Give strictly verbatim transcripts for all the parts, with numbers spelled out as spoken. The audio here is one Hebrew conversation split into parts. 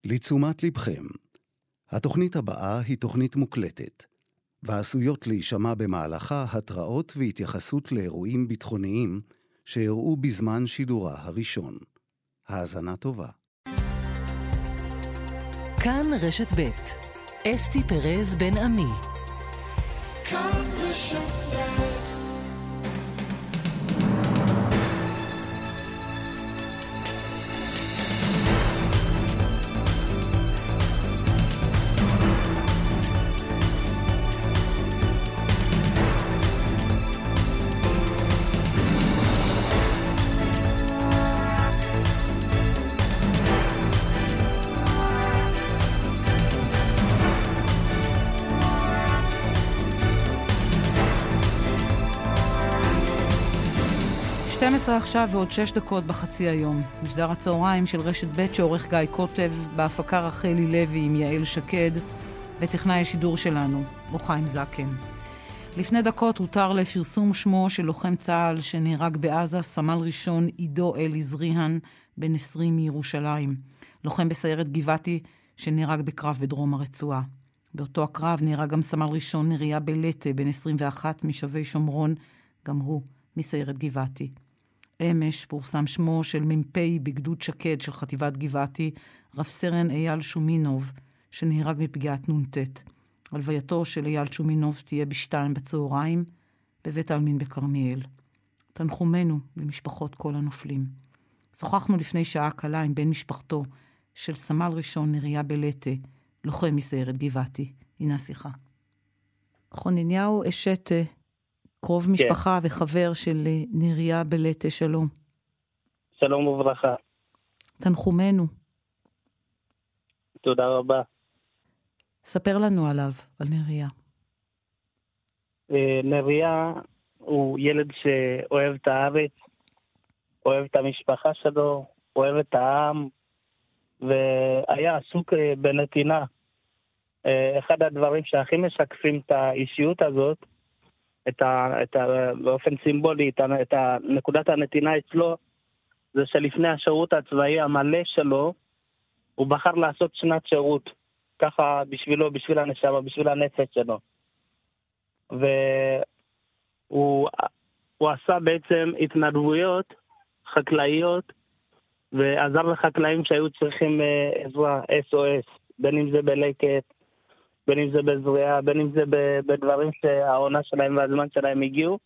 לתשומת לבכם. התוכנית הבאה היא תוכנית מוקלטת, ועשויות להישמע במהלכה התראות והתייחסות לאירועים ביטחוניים שאירעו בזמן שידורה הראשון. האזנה טובה. כאן רשת ב' אסתי פרז בן עמי. כאן רשת ב'. שתים עשרה עכשיו ועוד שש דקות בחצי היום. משדר הצהריים של רשת ב' שעורך גיא קוטב, בהפקה רחלי לוי עם יעל שקד, וטכנאי השידור שלנו, חיים זקן. לפני דקות הותר לפרסום שמו של לוחם צה"ל שנהרג בעזה, סמל ראשון עידו אלי זריהן, בן עשרים מירושלים. לוחם בסיירת גבעתי שנהרג בקרב בדרום הרצועה. באותו הקרב נהרג גם סמל ראשון נריה בלטה, בן עשרים ואחת משבי שומרון, גם הוא מסיירת גבעתי. אמש פורסם שמו של ממפי בגדוד שקד של חטיבת גבעתי, רב סרן אייל שומינוב, שנהרג מפגיעת נונטט. הלווייתו של אייל שומינוב תהיה בשתיים בצהריים, בבית העלמין בכרמיאל. תנחומנו למשפחות כל הנופלים. שוחחנו לפני שעה קלה עם בן משפחתו של סמל ראשון נריה בלטה, לוחם מסיירת גבעתי. הנה השיחה. חונניהו אשת קרוב משפחה וחבר של נריה בלטה, שלום. שלום וברכה. תנחומנו. תודה רבה. ספר לנו עליו, על נריה. נריה הוא ילד שאוהב את הארץ, אוהב את המשפחה שלו, אוהב את העם, והיה עסוק בנתינה. אחד הדברים שהכי משקפים את האישיות הזאת, את ה, את ה, באופן סימבולי, את, ה, את ה, נקודת הנתינה אצלו, זה שלפני השירות הצבאי המלא שלו, הוא בחר לעשות שנת שירות, ככה בשבילו, בשביל הנשמה, בשביל הנפש שלו. והוא הוא עשה בעצם התנדבויות חקלאיות, ועזר לחקלאים שהיו צריכים עזרה, אס או אס, בין אם זה בלקט, בין אם זה בזריעה, בין אם זה בדברים שהעונה שלהם והזמן שלהם הגיעו,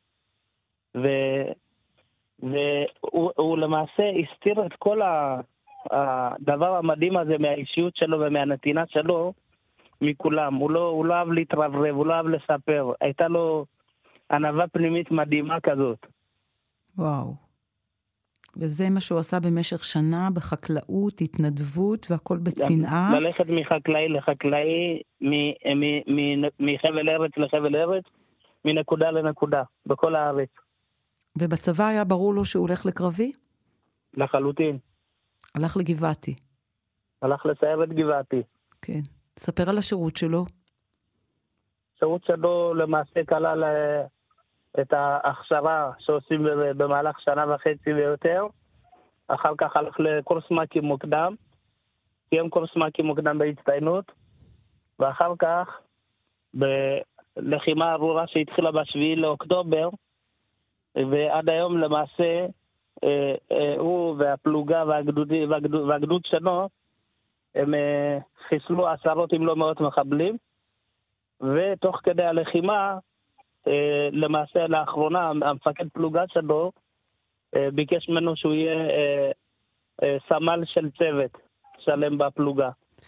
והוא הוא למעשה הסתיר את כל הדבר המדהים הזה מהאישיות שלו ומהנתינה שלו מכולם. הוא לא, הוא לא אהב להתרברב, הוא לא אהב לספר. הייתה לו ענווה פנימית מדהימה כזאת. וואו. וזה מה שהוא עשה במשך שנה בחקלאות, התנדבות והכל בצנעה. ללכת מחקלאי לחקלאי, מחבל ארץ לחבל ארץ, מנקודה לנקודה, בכל הארץ. ובצבא היה ברור לו שהוא הולך לקרבי? לחלוטין. הלך לגבעתי. הלך לסיירת גבעתי. כן. ספר על השירות שלו. השירות שלו למעשה כלל את ההכשרה שעושים במהלך שנה וחצי ויותר. אחר כך הלך לקורס מ"כים מוקדם. קיים קורס מ"כים מוקדם בהצטיינות. ואחר כך בלחימה ארורה שהתחילה בשביעי לאוקטובר, ועד היום למעשה הוא והפלוגה והגדוד, והגדוד, והגדוד שלו הם חיסלו עשרות אם לא מאות מחבלים, ותוך כדי הלחימה למעשה לאחרונה המפקד פלוגה שלו ביקש ממנו שהוא יהיה סמל של צוות שלם בפלוגה.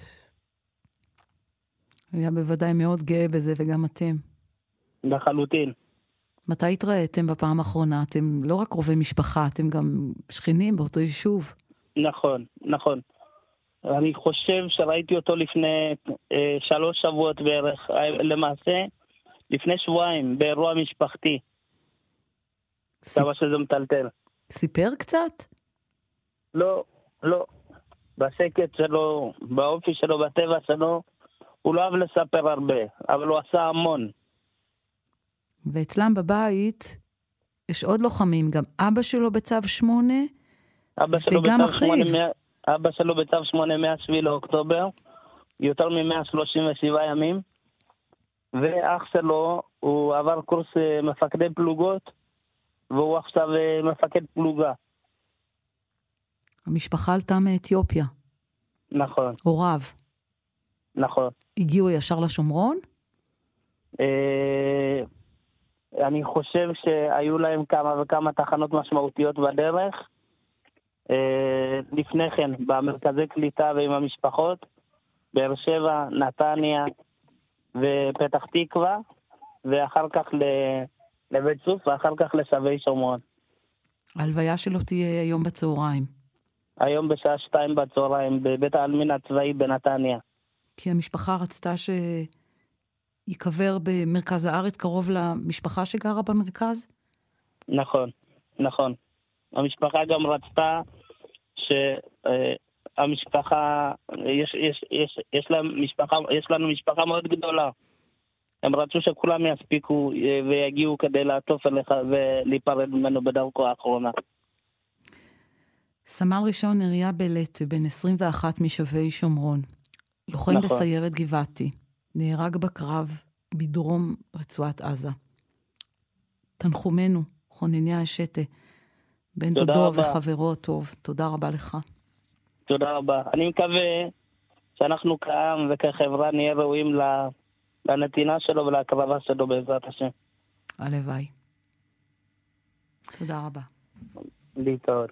היה בוודאי מאוד גאה בזה, וגם אתם. לחלוטין. מתי התראיתם בפעם האחרונה? אתם לא רק קרובי משפחה, אתם גם שכנים באותו יישוב. נכון, נכון. אני חושב שראיתי אותו לפני אה, שלוש שבועות בערך, למעשה לפני שבועיים, באירוע משפחתי. ס... כמה שזה מטלטל. סיפר קצת? לא, לא. בשקט שלו, באופי שלו, בטבע שלו, הוא לא אוהב לספר הרבה, אבל הוא עשה המון. ואצלם בבית יש עוד לוחמים, גם אבא שלו בצו שמונה, אבא שלו וגם בצו אחיו. שמונה, אבא שלו בצו שמונה מהשביעי לאוקטובר, יותר מ-מאה שלושים ושבעה ימים, ואח שלו, הוא עבר קורס מפקדי פלוגות, והוא עכשיו מפקד פלוגה. המשפחה עלתה מאתיופיה. נכון. הוריו. נכון. הגיעו ישר לשומרון? אה, אני חושב שהיו להם כמה וכמה תחנות משמעותיות בדרך. אה, לפני כן, במרכזי קליטה ועם המשפחות, באר שבע, נתניה ופתח תקווה, ואחר כך לבית צוף, ואחר כך לשבי שומרון. ההלוויה שלו תהיה היום בצהריים. היום בשעה שתיים בצהריים, בבית העלמין הצבאי בנתניה. כי המשפחה רצתה שיקבר במרכז הארץ, קרוב למשפחה שגרה במרכז? נכון, נכון. המשפחה גם רצתה שהמשפחה, יש, יש, יש, יש להם משפחה, יש לנו משפחה מאוד גדולה. הם רצו שכולם יספיקו ויגיעו כדי לעטוף אליך ולהיפרד ממנו בדרכו האחרונה. סמל ראשון נריה בלט, בן עשרים ואחת משבי שומרון. לוחם נכון. בסיירת גבעתי. נהרג בקרב בדרום רצועת עזה. תנחומנו, חונניה השטה, בן דודו רבה. וחברו הטוב. תודה רבה לך. תודה רבה. אני מקווה שאנחנו כעם וכחברה נהיה ראויים לנתינה שלו ולהקרבה שלו בעזרת השם. הלוואי. תודה רבה. להתראות.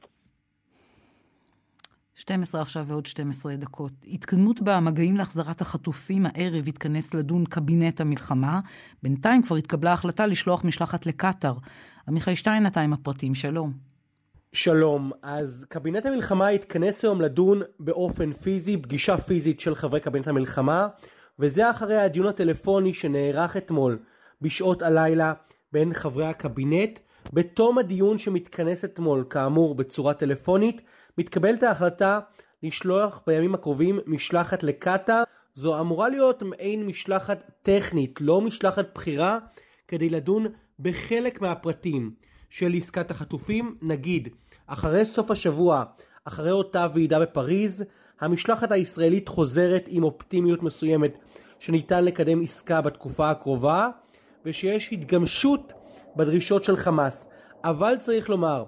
שתים עשרה עכשיו ועוד שתים עשרה דקות. התקדמות במגעים להחזרת החטופים, הערב התכנס לדון קבינט המלחמה. בינתיים כבר התקבלה החלטה לשלוח משלחת לקטר. עמיחי שטיין נתן עם הפרטים, שלום. שלום, אז קבינט המלחמה התכנס היום לדון באופן פיזי, פגישה פיזית של חברי קבינט המלחמה, וזה אחרי הדיון הטלפוני שנערך אתמול בשעות הלילה בין חברי הקבינט. בתום הדיון שמתכנס אתמול, כאמור בצורה טלפונית, מתקבלת ההחלטה לשלוח בימים הקרובים משלחת לקטר. זו אמורה להיות מעין משלחת טכנית, לא משלחת בחירה, כדי לדון בחלק מהפרטים של עסקת החטופים. נגיד, אחרי סוף השבוע, אחרי אותה ועידה בפריז, המשלחת הישראלית חוזרת עם אופטימיות מסוימת שניתן לקדם עסקה בתקופה הקרובה, ושיש התגמשות בדרישות של חמאס. אבל צריך לומר,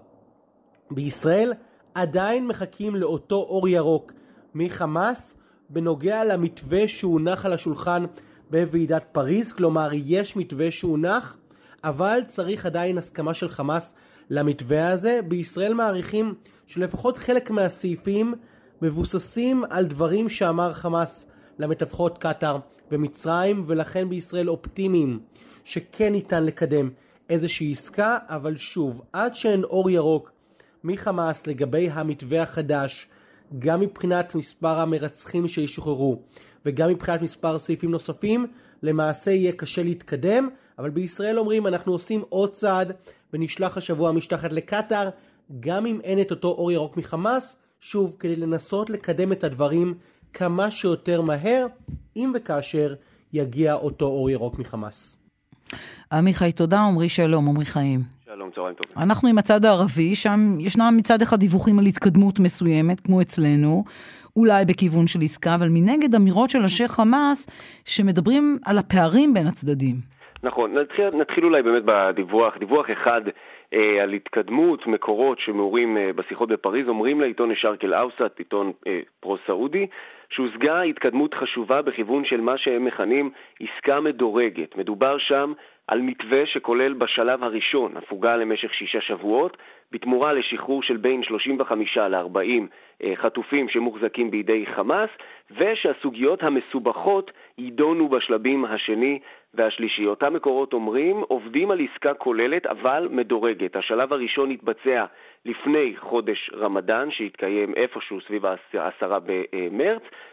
בישראל עדיין מחכים לאותו אור ירוק מחמאס בנוגע למתווה שהונח על השולחן בוועידת פריז. כלומר, יש מתווה שהונח, אבל צריך עדיין הסכמה של חמאס למתווה הזה. בישראל מעריכים שלפחות חלק מהסעיפים מבוססים על דברים שאמר חמאס למתווכות קטר ומצרים, ולכן בישראל אופטימיים שכן ניתן לקדם איזושהי עסקה. אבל שוב, עד שאין אור ירוק מחמאס לגבי המתווה החדש, גם מבחינת מספר המרצחים שישוחררו וגם מבחינת מספר סעיפים נוספים, למעשה יהיה קשה להתקדם. אבל בישראל אומרים, אנחנו עושים עוד צעד ונשלח השבוע משלחת לקטר, גם אם אין את אותו אור ירוק מחמאס, שוב, כדי לנסות לקדם את הדברים כמה שיותר מהר, אם וכאשר יגיע אותו אור ירוק מחמאס. עמיחי, תודה. עמרי שלום, עמרי חיים. שלום, צהריים טובים. אנחנו עם הצד הערבי, שם ישנם מצד אחד דיווחים על התקדמות מסוימת, כמו אצלנו, אולי בכיוון של עסקה, אבל מנגד אמירות של אנשי חמאס, שמדברים על הפערים בין הצדדים. נכון, נתחיל, נתחיל אולי באמת בדיווח, דיווח אחד אה, על התקדמות מקורות שמעורים אה, בשיחות בפריז, אומרים לעיתון א-שרק אל-אווסט, עיתון אה, פרו-סעודי, שהושגה התקדמות חשובה בכיוון של מה שהם מכנים עסקה מדורגת. מדובר שם על מתווה שכולל בשלב הראשון הפוגה למשך שישה שבועות, בתמורה לשחרור של בין שלושים וחמישה ל-ארבעים אה, חטופים שמוחזקים בידי חמאס, ושהסוגיות המסובכות יידונו בשלבים השני והשלישי. אותם מקורות אומרים, עובדים על עסקה כוללת אבל מדורגת. השלב הראשון יתבצע לפני חודש רמדאן, שהתקיים איפשהו סביב העשרה במרץ,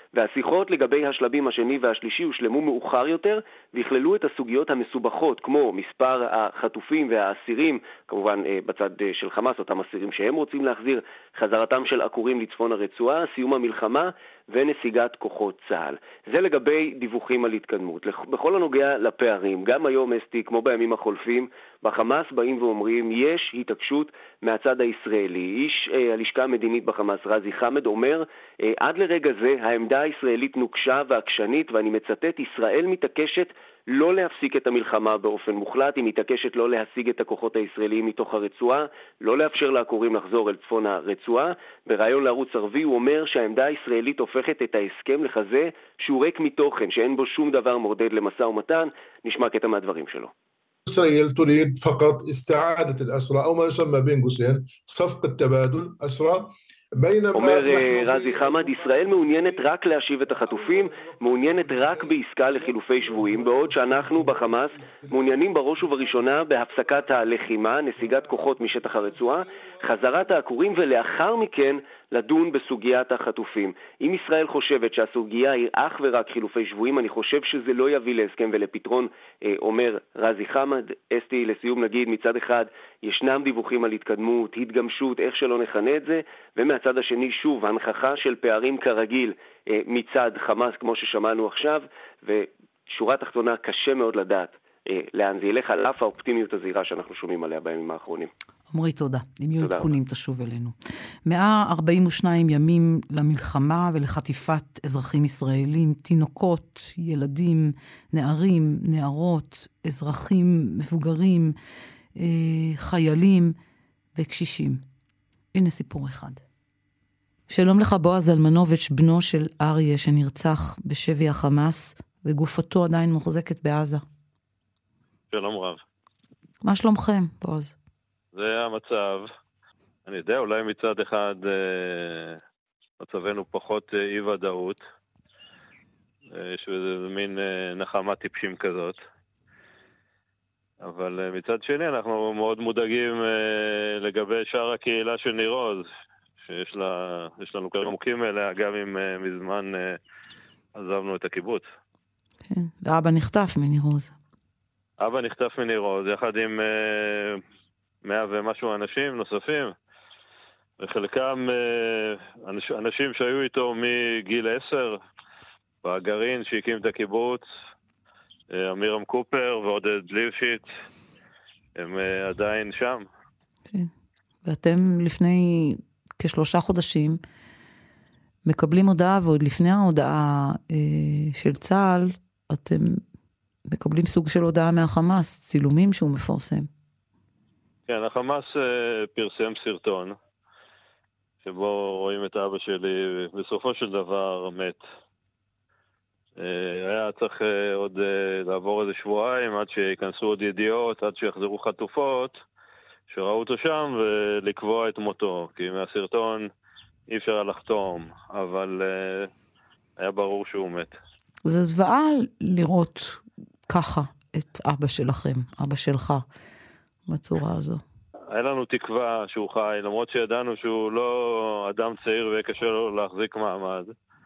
והשיחות לגבי השלבים השני והשלישי הושלמו מאוחר יותר, ויכללו את הסוגיות המסובכות, כמו מספר החטופים והאסירים, כמובן בצד של חמאס, אותם אסירים שהם רוצים להחזיר, חזרתם של עקורים לצפון הרצועה, סיום המלחמה ונסיגת כוחות צה"ל. זה לגבי דיווחים על התקדמות. בכל הנוגע לפערים, גם היום אסתי, כמו בימים החולפים, בחמאס באים ואומרים, יש התעקשות מהצד הישראלי. איש אה, הלשכה המדינית בחמאס, רזי חמד, אומר, אה, עד לרגע זה העמדה הישראלית נוקשה ועקשנית, ואני מצטט, ישראל מתעקשת לא להפסיק את המלחמה באופן מוחלט, היא מתעקשת לא להשיג את הכוחות הישראליים מתוך הרצועה, לא לאפשר לעקורים לחזור אל צפון הרצועה. ברעיון לערוץ ערבי הוא אומר שהעמדה הישראלית הופכת את ההסכם לחזה שהוא ריק מתוכן, שאין בו שום דבר מורדד למשא ומתן. נשמע קטע מהדברים שלו. إسرائيل تريد فقط استعادة الأسرى أو ما يسمى بين قوسين صفقة تبادل أسرى. אומר רזי חמד, ישראל מעוניינת רק להשיב את החטופים, מעוניינת רק בעסקה לחילופי שבויים, בעוד שאנחנו בחמאס מעוניינים בראש ובראשונה בהפסקת הלחימה, נסיגת כוחות משטח הרצועה, חזרת העקורים ולאחר מכן לדון בסוגיית החטופים. אם ישראל חושבת שהסוגיה היא אך ורק חילופי שבויים, אני חושב שזה לא יביא להסכם ולפתרון, אומר רזי חמד. אסתי, לסיום נגיד, מצד אחד ישנם דיווחים על התקדמות, התגמשות, איך שלא נכנה את זה, ומהצד השני שוב הנכחה של פערים כרגיל מצד חמאס כמו ששמענו עכשיו, ושורה תחתונה קשה מאוד לדעת לאן זה ילך, על אף האופטימיות הזהירה שאנחנו שומעים עליה בימים האחרונים. עמרי, תודה. אם יהיו עדכונים תשוב אלינו. מאה ארבעים ושניים ימים למלחמה ולחטיפת אזרחים ישראלים, תינוקות, ילדים, נערים, נערות, אזרחים מבוגרים, חיילים וקשישים. הנה סיפור אחד. שלום לך בועז אלמנוביץ', בנו של אריה שנרצח בשבי החמאס, וגופתו עדיין מוחזקת בעזה. שלום רב. מה שלומכם, בועז? זה המצב. אני יודע, אולי מצד אחד אה, מצבנו פחות אה, אי ודאות, אה, שזה מין אה, נחמה טיפשים כזאת. אבל אה, מצד שני אנחנו מאוד מודאגים אה, לגבי שאר הקהילה של ניר עוז, שיש לה, יש לנו כמה עמוקים אליה, גם אם אה, מזמן אה, עזבנו את הקיבוץ. כן, ואבא נחטף מניר עוז. אבא נחטף מניר עוז, יחד עם אה, מאה ומשהו אנשים נוספים, וחלקם אה, אנש, אנשים שהיו איתו מגיל עשר, בגרעין שהקים את הקיבוץ, אה, אמירם קופר ועודד ליבשיץ, הם אה, עדיין שם. כן, ואתם לפני כשלושה חודשים מקבלים הודעה, ועוד לפני ההודעה אה, של צה"ל, אתם מקבלים סוג של הודעה מהחמאס, צילומים שהוא מפרסם. כן, החמאס uh, פרסם סרטון, שבו רואים את אבא שלי, בסופו של דבר מת. Uh, היה צריך uh, עוד uh, לעבור איזה שבועיים, עד שיכנסו עוד ידיעות, עד שיחזרו חטופות, שראו אותו שם, ולקבוע את מותו. כי מהסרטון אי אפשר לחתום, אבל uh, היה ברור שהוא מת. זה זוועה לראות ככה את אבא שלכם, אבא שלך, בצורה הזו. היה לנו תקווה שהוא חי, למרות שידענו שהוא לא אדם צעיר וקשה לו להחזיק מעמד.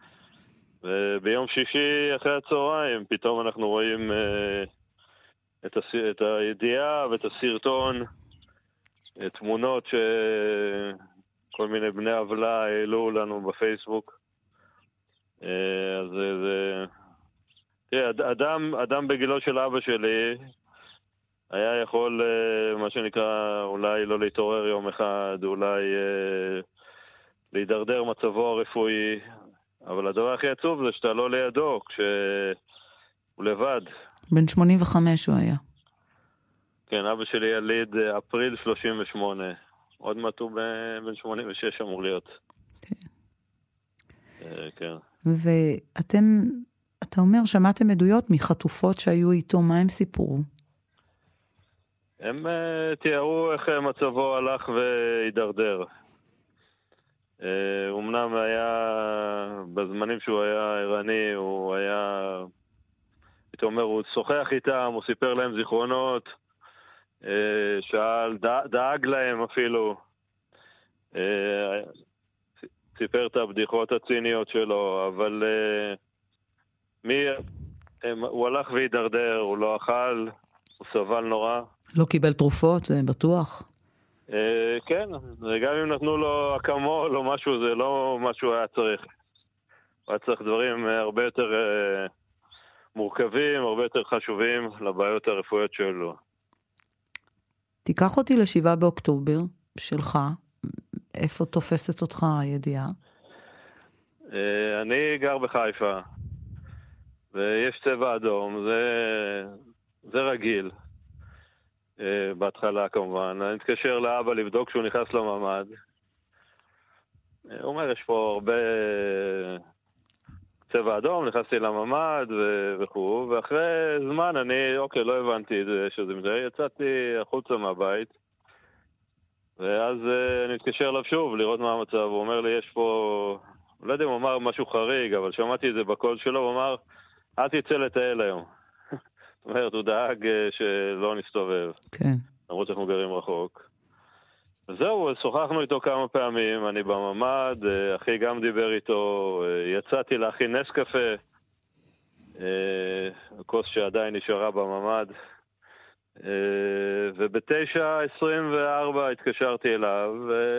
וביום שישי אחרי הצהריים, פתאום אנחנו רואים אה, את, הס... את הידיעה ואת הסרטון, תמונות שכל מיני בני עוולה העלו לנו בפייסבוק. אה, אז זה... זה... תראה, אדם, אדם בגילו של אבא שלי היה יכול, מה שנקרא, אולי לא להתעורר יום אחד, אולי להידרדר מצבו הרפואי, אבל הדבר הכי עצוב זה שאתה לא לידו, כשהוא לבד. בן שמונים וחמש הוא היה. כן, אבא שלי יליד אפריל שלושים ושמונה, עוד מעט הוא בן שמונים ושש אמור להיות. כן. כן. ואתם... אתה אומר, שמעתם עדויות מחטופות שהיו איתו, מה הם סיפרו? הם uh, תיארו איך מצבו הלך והידרדר. Uh, אמנם היה, בזמנים שהוא היה ערני, הוא היה, הייתי אומר, הוא שוחח איתם, הוא סיפר להם זיכרונות, uh, שאל, דאג, דאג להם אפילו. Uh, סיפר את הבדיחות הציניות שלו, אבל uh, מי, הם, הוא הלך והידרדר, הוא לא אכל, הוא סבל נורא. לא קיבל תרופות, זה בטוח. Uh, כן, וגם אם נתנו לו אקמול או משהו, זה לא משהו היה צריך. הוא היה צריך דברים הרבה יותר uh, מורכבים, הרבה יותר חשובים לבעיות הרפואיות שלו. תיקח אותי לשבעה באוקטובר שלך, איפה תופסת אותך הידיעה? Uh, אני גר בחיפה, ויש צבע אדום, זה, זה רגיל. Uh, בהתחלה כמובן. אני מתקשר לאבא לבדוק שהוא נכנס לממד. Uh, הוא אומר, יש פה הרבה צבע אדום, נכנסתי לממד ו- וכו', ואחרי זמן אני, אוקיי, לא הבנתי את זה, שזה מזה, יצאתי החוצה מהבית, ואז uh, אני מתקשר אליו שוב לראות מה המצב. הוא אומר לי, יש פה, לא יודע אם הוא אמר משהו חריג, אבל שמעתי את זה בקול שלו, הוא אמר, אל תצא לטייל היום. זאת אומרת, הוא דאג שלא נסתובב. כן. למרות שאנחנו גרים רחוק. וזהו, שוחחנו איתו כמה פעמים, אני בממד, אחי גם דיבר איתו, יצאתי להכין נס קפה, כוס שעדיין נשארה בממד, ובתשע עשרים וארבע התקשרתי אליו,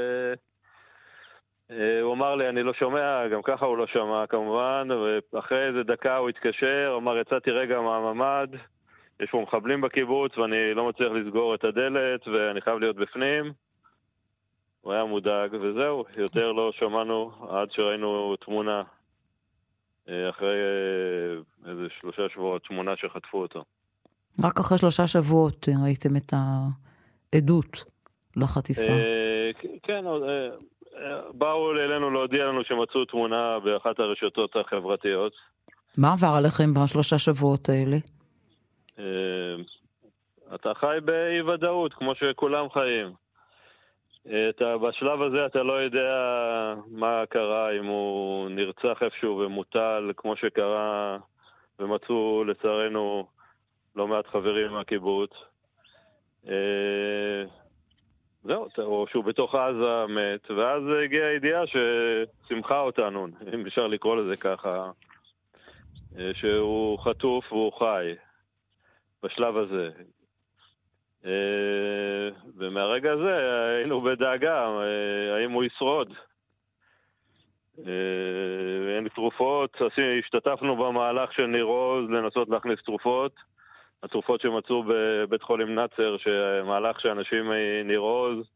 הוא אמר לי, אני לא שומע, גם ככה הוא לא שמע כמובן, ואחרי איזה דקה הוא התקשר, הוא אמר, יצאתי רגע מהממד, יש פה מחבלים בקיבוץ ואני לא מצליח לסגור את הדלת ואני חייב להיות בפנים. הוא היה מודאג וזהו, יותר לא שמענו עד שראינו תמונה אחרי איזה שלושה שבועות, תמונה שחטפו אותו. רק אחרי שלושה שבועות ראיתם את העדות לחטיפה. כן, באו אלינו להודיע לנו שמצאו תמונה באחת הרשתות החברתיות. מה עבר עליכם בשלושה שבועות האלה? אתה חי באי ודאות, כמו שכולם חיים. אתה, בשלב הזה אתה לא יודע מה קרה, אם הוא נרצח איפשהו ומוטל, כמו שקרה, ומצאו לצערנו לא מעט חברים מהקיבוץ. זהו, או שהוא בתוך עזה מת, ואז הגיעה הידיעה ששמחה אותנו, אם אפשר לקרוא לזה ככה, שהוא חטוף והוא חי. בשלב הזה. ומהרגע הזה היינו בדאגה, האם הוא ישרוד. אין תרופות, השתתפנו במהלך של ניר עוז לנסות להכניס תרופות. התרופות שמצאו בבית חולים נצר, שמהלך שאנשים מניר עוז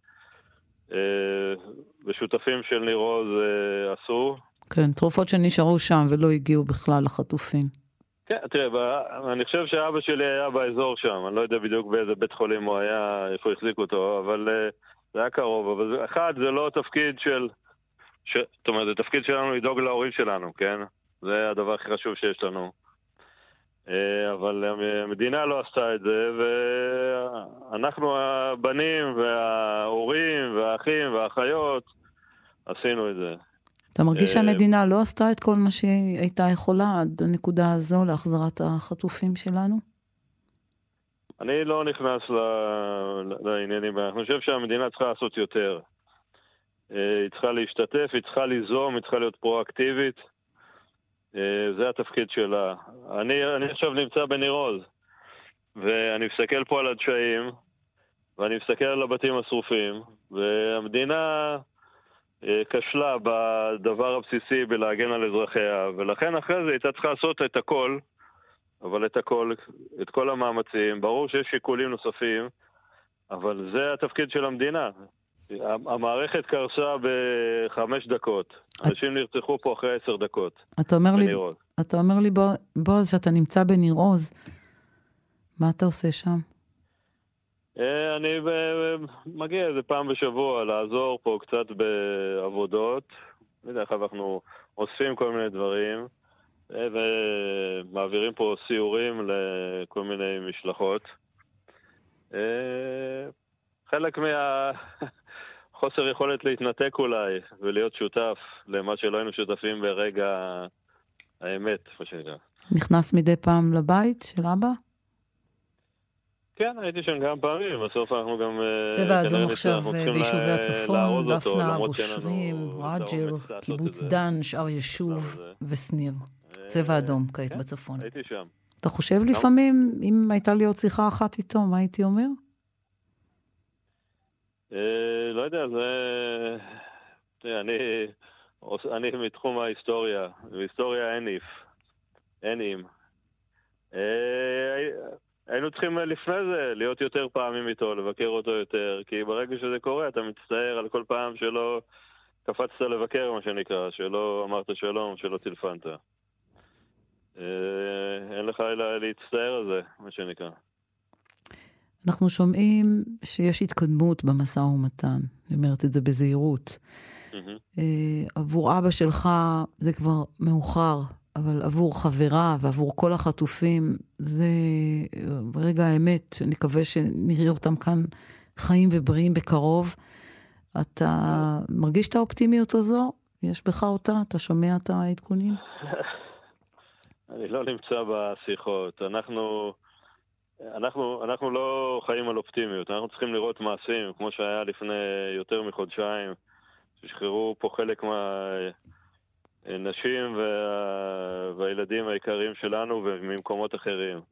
ושותפים של ניר עוז עשו. כן, תרופות שנשארו שם ולא הגיעו בכלל לחטופים. כן, תראה, אני חושב שאבא שלי היה באזור שם, אני לא יודע בדיוק באיזה בית חולים הוא היה, איפה החזיק אותו, אבל זה היה קרוב. אבל אחד, זה לא תפקיד של, ש... זאת אומרת, זה תפקיד שלנו לדאוג להורים שלנו, כן? זה הדבר הכי חשוב שיש לנו. אבל המדינה לא עשתה את זה, ואנחנו הבנים וההורים והאחים והאחיות עשינו את זה. אתה מרגיש שהמדינה לא עשתה את כל מה שהיא הייתה יכולה עד הנקודה הזו להחזרת החטופים שלנו? אני לא נכנס לעניינים. אני חושב שהמדינה צריכה לעשות יותר. היא צריכה להשתתף, היא צריכה ליזום, היא צריכה להיות פרואקטיבית. זה התפקיד שלה. אני, אני עכשיו נמצא בניר עוז, ואני מסתכל פה על הדשאים, ואני מסתכל על הבתים השרופים, והמדינה כשלה בדבר הבסיסי בלהגן על אזרחיה, ולכן אחרי זה הייתה צריכה לעשות את הכל, אבל את הכל, את כל המאמצים. ברור שיש שיקולים נוספים, אבל זה התפקיד של המדינה. המערכת קרסה בחמש דקות. אנשים נרצחו פה אחרי עשר דקות. אתה אומר לי, אתה אומר לי בועז, שאתה נמצא בניר עוז. מה אתה עושה שם? אני מגיע איזה פעם בשבוע לעזור פה קצת בעבודות. בדרך כלל אנחנו אוספים כל מיני דברים, ומעבירים פה סיורים לכל מיני משלחות. חלק מה... חוסר יכולת להתנתק אולי, ולהיות שותף למה שלא היינו שותפים ברגע האמת, מה שנקרא. נכנס מדי פעם לבית של אבא? כן, הייתי שם גם פעמים, בסוף אנחנו גם... צבע אדום עכשיו ביישובי הצפון, דפנה, גושרים, רג'ר, קיבוץ דן, שאר יישוב וסניר. צבע אדום כעת בצפון. הייתי שם. אתה חושב לפעמים, אם הייתה לי עוד שיחה אחת איתו, מה הייתי אומר? לא יודע, זה... אני מתחום ההיסטוריה, והיסטוריה אין איף, אין אם. היינו צריכים לפני זה להיות יותר פעמים איתו, לבקר אותו יותר, כי ברגע שזה קורה אתה מצטער על כל פעם שלא קפצת לבקר, מה שנקרא, שלא אמרת שלום, שלא טלפנת. אין לך אלא להצטער על זה, מה שנקרא. אנחנו שומעים שיש התקדמות במשא ומתן, אני אומרת את זה בזהירות. עבור אבא שלך זה כבר מאוחר, אבל עבור חברה ועבור כל החטופים, זה ברגע האמת, אני מקווה שנראה אותם כאן חיים ובריאים בקרוב. אתה מרגיש את האופטימיות הזו? יש בך אותה? אתה שומע את העדכונים? אני לא נמצא בשיחות. אנחנו, אנחנו, אנחנו לא חיים על אופטימיות. אנחנו צריכים לראות מעשים, כמו שהיה לפני יותר מחודשיים, ששחררו פה חלק מהנשים וה... והילדים העיקריים שלנו וממקומות אחרים.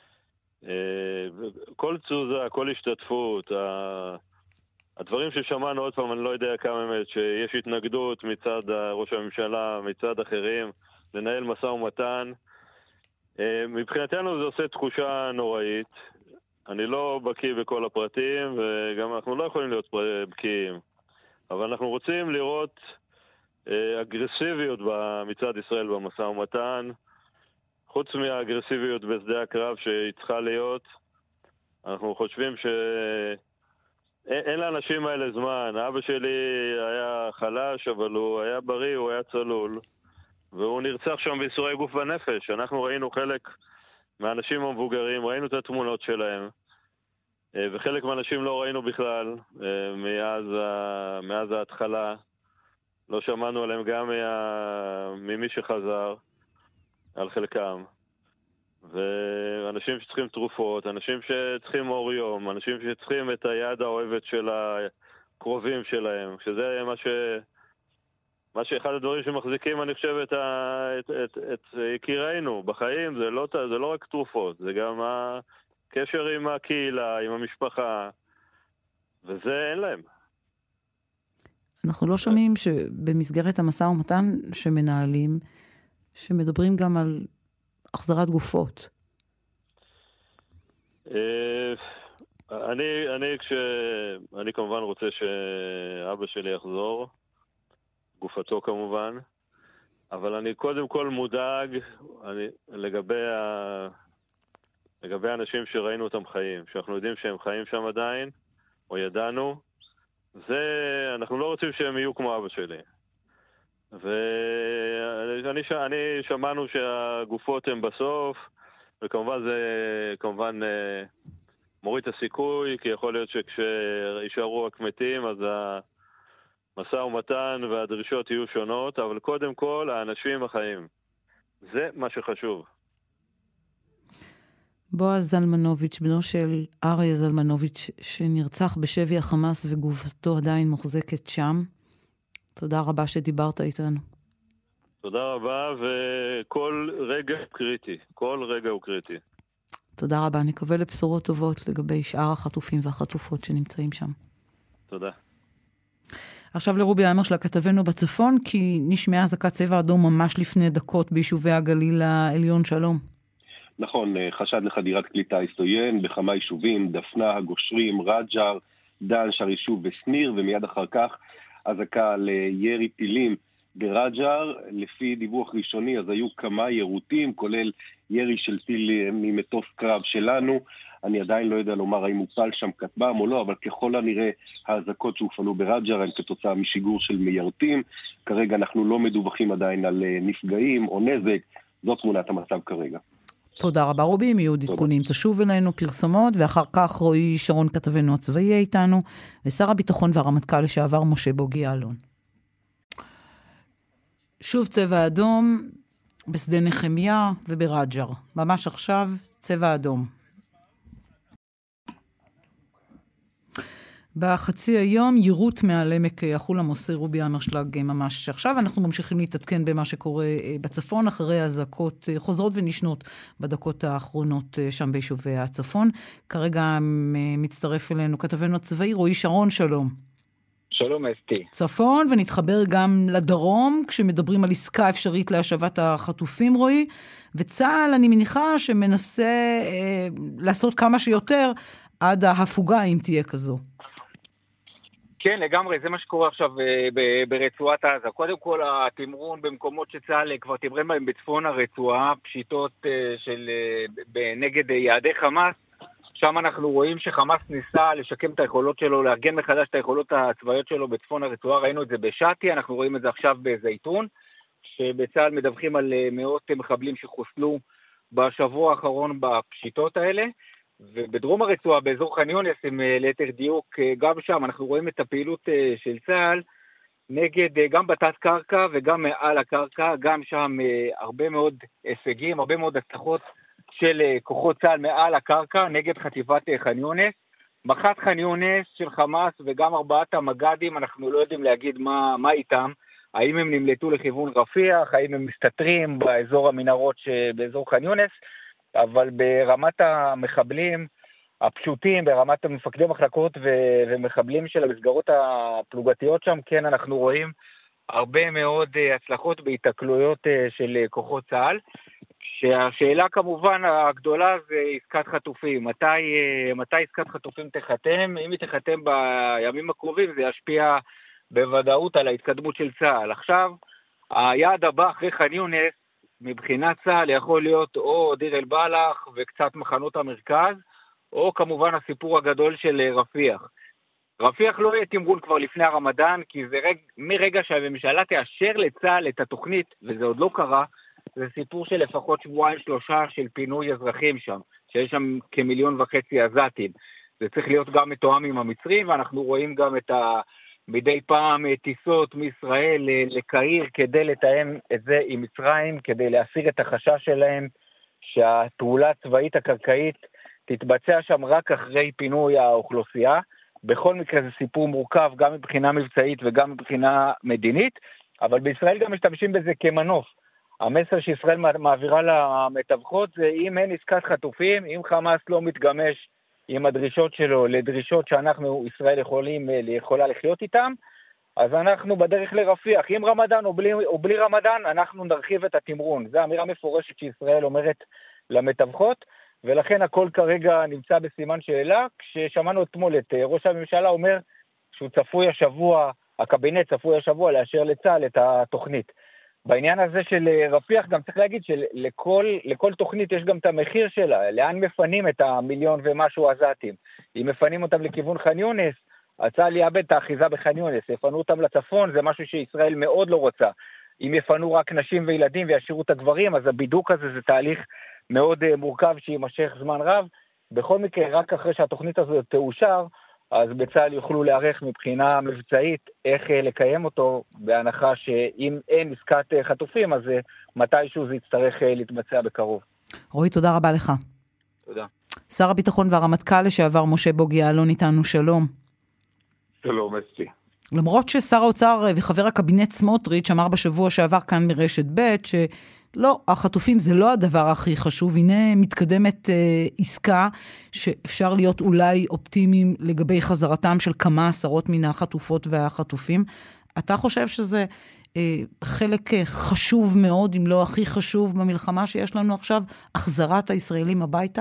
כל תזוזה, כל השתתפות, הדברים ששמענו עוד פעם, אני לא יודע כמה אמת, שיש התנגדות מצד ראש הממשלה, מצד אחרים, לנהל משא ומתן. מבחינתנו זה עושה תחושה נוראית. אני לא בקיא בכל הפרטים, וגם אנחנו לא יכולים להיות בקיים. אבל אנחנו רוצים לראות אגרסיביות מצד ישראל במשא ומתן. חוץ מהאגרסיביות בשדה הקרב שהיא צריכה להיות, אנחנו חושבים ש... אין לאנשים האלה זמן. אבא שלי היה חלש, אבל הוא היה בריא, הוא היה צלול. והוא נרצח שם ביסורי גוף ונפש. אנחנו ראינו חלק מהאנשים המבוגרים, ראינו את התמונות שלהם. וחלק מהאנשים לא ראינו בכלל מאז, מאז ההתחלה. לא שמענו עליהם גם מה... ממי שחזר, על חלקם. ואנשים שצריכים תרופות, אנשים שצריכים אור יום, אנשים שצריכים את היד האוהבת של הקרובים שלהם, שזה מה ש... מה שאחד הדברים שמחזיקים, אני חושב, את, ה... את, את, את יקירנו בחיים, זה לא, זה לא רק תרופות, זה גם הקשר עם הקהילה, עם המשפחה, וזה אין להם. אנחנו לא שומעים שבמסגרת המשא ומתן שמנהלים, שמדברים גם על החזרת גופות. אני, אני, כש... אני כמובן רוצה שאבא שלי יחזור, גופתו כמובן, אבל אני קודם כל מודאג אני, לגבי, ה... לגבי האנשים שראינו אותם חיים, שאנחנו יודעים שהם חיים שם עדיין, או ידענו, זה, אנחנו לא רוצים שהם יהיו כמו אבא שלי. ואני אני שמענו שהגופות הן בסוף, וכמובן זה כמובן מוריד את הסיכוי, כי יכול להיות שכשישארו רק מתים, אז המשא ומתן והדרישות יהיו שונות, אבל קודם כל האנשים החיים. זה מה שחשוב. בועז זלמנוביץ', בנו של אריה זלמנוביץ', שנרצח בשבי החמאס וגופתו עדיין מוחזקת שם. תודה רבה שדיברת איתנו. תודה רבה, וכל רגע קריטי. כל רגע הוא קריטי. תודה רבה. נקווה לבשורות טובות לגבי שאר החטופים והחטופות שנמצאים שם. תודה. עכשיו לרובי איימר של הכתבנו בצפון, כי נשמעה אזעקת צבע אדום ממש לפני דקות ביישובי הגליל העליון. שלום. נכון, חשד לחדירת כלי טיס עוין בכמה יישובים, דפנה, הגושרים, רג'ר, דן, שאר יישוב וסניר, ומיד אחר כך אזעקה לירי טילים ברג'ר. לפי דיווח ראשוני אז היו כמה יירוטים, כולל ירי של טיל ממטוס קרב שלנו. אני עדיין לא יודע לומר האם הופל שם כטב"ם או לא, אבל ככל הנראה האזעקות שהופעלו ברג'ר הן כתוצאה משיגור של מיירטים. כרגע אנחנו לא מדווחים עדיין על נפגעים או נזק. זאת תמונת המצב כרגע. תודה רבה רובי, אם יהיו עדכונים תשוב אלינו פרסומות, ואחר כך רועי שרון כתבנו הצבאי איתנו, ושר הביטחון והרמטכ"ל לשעבר משה בוגי יעלון. שוב צבע אדום בשדה נחמיה וברג'ר. ממש עכשיו צבע אדום. בחצי היום יירוט מהעמק החולה, מוסר רובי אמרשלג ממש עכשיו. אנחנו ממשיכים להתעדכן במה שקורה בצפון, אחרי הזעקות חוזרות ונשנות בדקות האחרונות שם ביישובי הצפון. כרגע מצטרף אלינו כתבנו הצבאי רועי שרון, שלום. שלום אסתי. צפון, ונתחבר גם לדרום, כשמדברים על עסקה אפשרית להשבת החטופים, רועי, וצה"ל, אני מניחה שמנסה אה, לעשות כמה שיותר עד ההפוגה, אם תהיה כזו. כן, לגמרי, זה מה שקורה עכשיו ברצועת עזה. קודם כל, התמרון במקומות שצה"ל כבר תמרן בהם בצפון הרצועה, פשיטות של נגד יעדי חמאס, שם אנחנו רואים שחמאס ניסה לשקם את היכולות שלו, לארגן מחדש את היכולות הצבאיות שלו בצפון הרצועה, ראינו את זה בשאטי, אנחנו רואים את זה עכשיו בזייתון, שבצה"ל מדווחים על מאות מחבלים שחוסלו בשבוע האחרון בפשיטות האלה, ובדרום הרצועה, באזור ח'אן יונס, עם ליתר דיוק, גם שם אנחנו רואים את הפעילות של צה"ל, נגד גם בתת קרקע וגם מעל הקרקע, גם שם הרבה מאוד הישגים, הרבה מאוד הצלחות של כוחות צה"ל מעל הקרקע, נגד חטיבת ח'אן יונס. מח"ט ח'אן יונס של חמאס וגם ארבעת המג"דים, אנחנו לא יודעים להגיד מה, מה איתם, האם הם נמלטו לכיוון רפיח, האם הם מסתתרים באזור המנהרות שבאזור ח'אן יונס, אבל ברמת המחבלים הפשוטים, ברמת המפקדי מחלקות ו- ומחבלים של המסגרות הפלוגתיות שם, כן, אנחנו רואים הרבה מאוד הצלחות בהתקלויות של כוחות צה"ל, שהשאלה כמובן הגדולה זה עסקת חטופים. מתי, מתי עסקת חטופים תחתם? אם היא תחתם בימים הקרובים, זה ישפיע בוודאות על ההתקדמות של צה"ל. עכשיו, היעד הבא אחרי ח'אן יונס, מבחינת צה"ל יכול להיות או דיר אל בלח וקצת מחנות המרכז, או כמובן הסיפור הגדול של רפיח. רפיח לא יהיה תמרון כבר לפני הרמדאן, כי זה רג... מרגע שהממשלה תאשר לצה"ל את התוכנית, וזה עוד לא קרה, זה סיפור של לפחות שבועיים שלושה של פינוי אזרחים שם, שיש שם כמיליון וחצי עזתים. זה צריך להיות גם מתואם עם המצרים, ואנחנו רואים גם את ה... מדי פעם טיסות מישראל לקהיר כדי לתאם את זה עם מצרים, כדי להסיר את החשש שלהם שהפעולה הצבאית הקרקעית תתבצע שם רק אחרי פינוי האוכלוסייה. בכל מקרה זה סיפור מורכב גם מבחינה מבצעית וגם מבחינה מדינית, אבל בישראל גם משתמשים בזה כמנוף. המסר שישראל מעבירה למתווכות זה אם אין עסקת חטופים, אם חמאס לא מתגמש עם הדרישות שלו לדרישות שאנחנו, ישראל, יכולים, יכולה לחיות איתם, אז אנחנו בדרך לרפיח. עם רמדאן או בלי, או בלי רמדאן, אנחנו נרחיב את התמרון. זו אמירה מפורשת שישראל אומרת למתווכות, ולכן הכל כרגע נמצא בסימן שאלה. כששמענו אתמול את ראש הממשלה אומר שהוא צפוי השבוע, הקבינט צפוי השבוע לאשר לצה"ל את התוכנית. בעניין הזה של רפיח גם צריך להגיד שלכל לכל תוכנית יש גם את המחיר שלה, לאן מפנים את המיליון ומשהו עזתים. אם מפנים אותם לכיוון ח'אן יונס, הצה"ל יאבד את האחיזה בח'אן יונס, יפנו אותם לצפון, זה משהו שישראל מאוד לא רוצה. אם יפנו רק נשים וילדים וישאירו את הגברים, אז הבידוק הזה זה תהליך מאוד מורכב שימשך זמן רב. בכל מקרה, רק אחרי שהתוכנית הזאת תאושר, אז בצה"ל יוכלו להערך מבחינה מבצעית איך לקיים אותו, בהנחה שאם אין עסקת חטופים, אז מתישהו זה יצטרך להתבצע בקרוב. רועי, תודה רבה לך. תודה. שר הביטחון והרמטכ"ל לשעבר משה בוגי יעלון איתנו, שלום. שלום, אסתי. למרות ששר האוצר וחבר הקבינט סמוטריץ' אמר בשבוע שעבר כאן מרשת ב' שלא, החטופים זה לא הדבר הכי חשוב, הנה מתקדמת אה, עסקה שאפשר להיות אולי אופטימיים לגבי חזרתם של כמה עשרות מן החטופות והחטופים. אתה חושב שזה אה, חלק חשוב מאוד, אם לא הכי חשוב במלחמה שיש לנו עכשיו, החזרת הישראלים הביתה?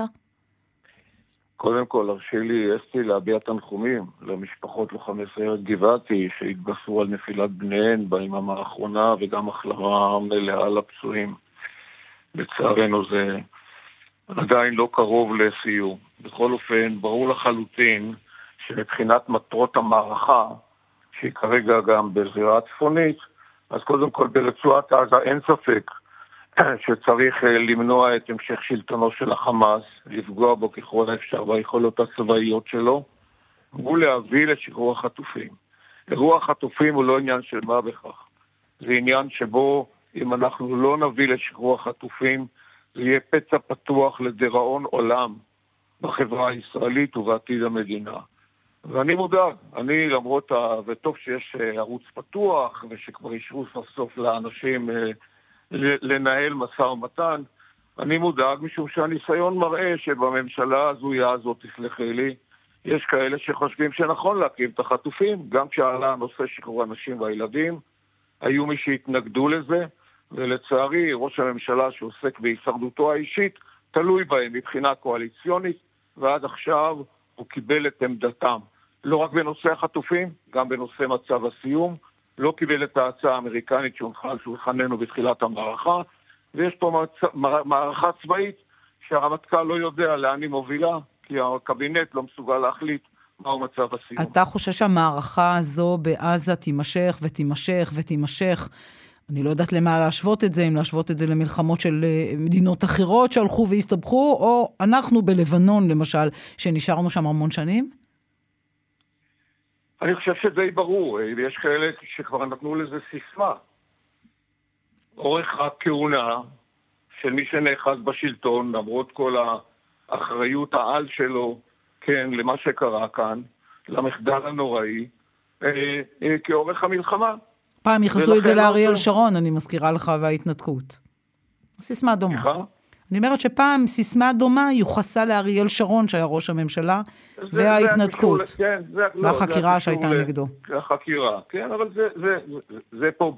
קודם כל, הרשי לי, אסתי, להביע תנחומים למשפחות לוחמי סיירת גבעתי שהתבשרו על נפילת בניהן ביממה האחרונה, וגם החלמה מלאה לפצועים. לצערנו זה עדיין לא קרוב לסיום. בכל אופן, ברור לחלוטין שמבחינת מטרות המערכה, שהיא כרגע גם בזירה הצפונית, אז קודם כל ברצועת עזה אין ספק שצריך למנוע את המשך שלטונו של החמאס, לפגוע בו ככל האפשר ביכולות הצבאיות שלו, ולהביא לשחרור החטופים. אירוע החטופים הוא לא עניין של מה בכך. זה עניין שבו אם אנחנו לא נביא לשחרור החטופים, זה יהיה פצע פתוח לדיראון עולם בחברה הישראלית ובעתיד המדינה. ואני מודאג. אני למרות, ה... וטוב שיש ערוץ פתוח, ושכבר אישרו סוף סוף לאנשים לנהל משא ומתן, אני מודאג משום שהניסיון מראה שבממשלה הזויה הזאת, תסלחי לי, יש כאלה שחושבים שנכון להקים את החטופים, גם כשעלה הנושא שחרור הנשים והילדים, היו מי שהתנגדו לזה, ולצערי ראש הממשלה שעוסק בהישרדותו האישית, תלוי בהם מבחינה קואליציונית, ועד עכשיו הוא קיבל את עמדתם. לא רק בנושא החטופים, גם בנושא מצב הסיום, לא קיבל את ההצעה האמריקנית שהונחה על שולחננו בתחילת המערכה, ויש פה מערכה צבאית שהרמטכ"ל לא יודע לאן היא מובילה, כי הקבינט לא מסוגל להחליט מהו מצב הסיום. אתה חושב שהמערכה הזו בעזה תימשך ותימשך ותימשך? אני לא יודעת למה להשוות את זה, אם להשוות את זה למלחמות של מדינות אחרות שהלכו והסתבכו, או אנחנו בלבנון למשל, שנשארנו שם המון שנים? אני חושב שדי ברור, יש כאלה שכבר נתנו לזה סיסמה. אורך הכהונה של מי שנאחז בשלטון, למרות כל האחריות העל שלו, כן, למה שקרה כאן, למחדל הנוראי, אה, אה, כאורך המלחמה. פעם יחסו את זה לאריאל שרון, אני מזכירה לך, וההתנתקות. סיסמה דומה. סליחה? אני אומרת שפעם סיסמה דומה יוחסה לאריאל שרון, שהיה ראש הממשלה, וההתנתקות. כן, זה, והחקירה לא, שהייתה ל... נגדו. החקירה, כן, אבל זה, זה, זה, זה פה...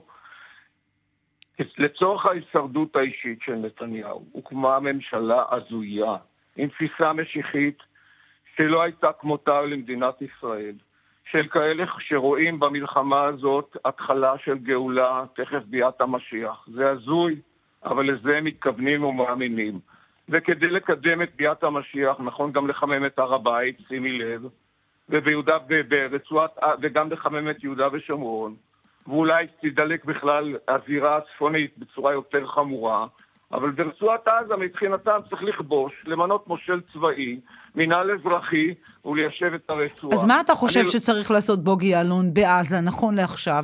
לצורך ההישרדות האישית של נתניהו, הוקמה ממשלה הזויה, עם תפיסה משיחית, שלא הייתה כמותה למדינת ישראל, של כאלה שרואים במלחמה הזאת התחלה של גאולה, תכף ביאת המשיח. זה הזוי, אבל לזה הם מתכוונים ומאמינים. וכדי לקדם את ביאת המשיח, נכון גם לחמם את הר הבית, שימי לב, וביהודה, ברצועת, וגם לחמם את יהודה ושומרון, ואולי תדלק בכלל הזירה הצפונית בצורה יותר חמורה, אבל ברצועת עזה מבחינתם צריך לכבוש, למנות מושל צבאי, מנהל אזרחי, וליישב את הרצועה. אז מה אתה חושב אני... שצריך לעשות בוגי יעלון בעזה, נכון לעכשיו?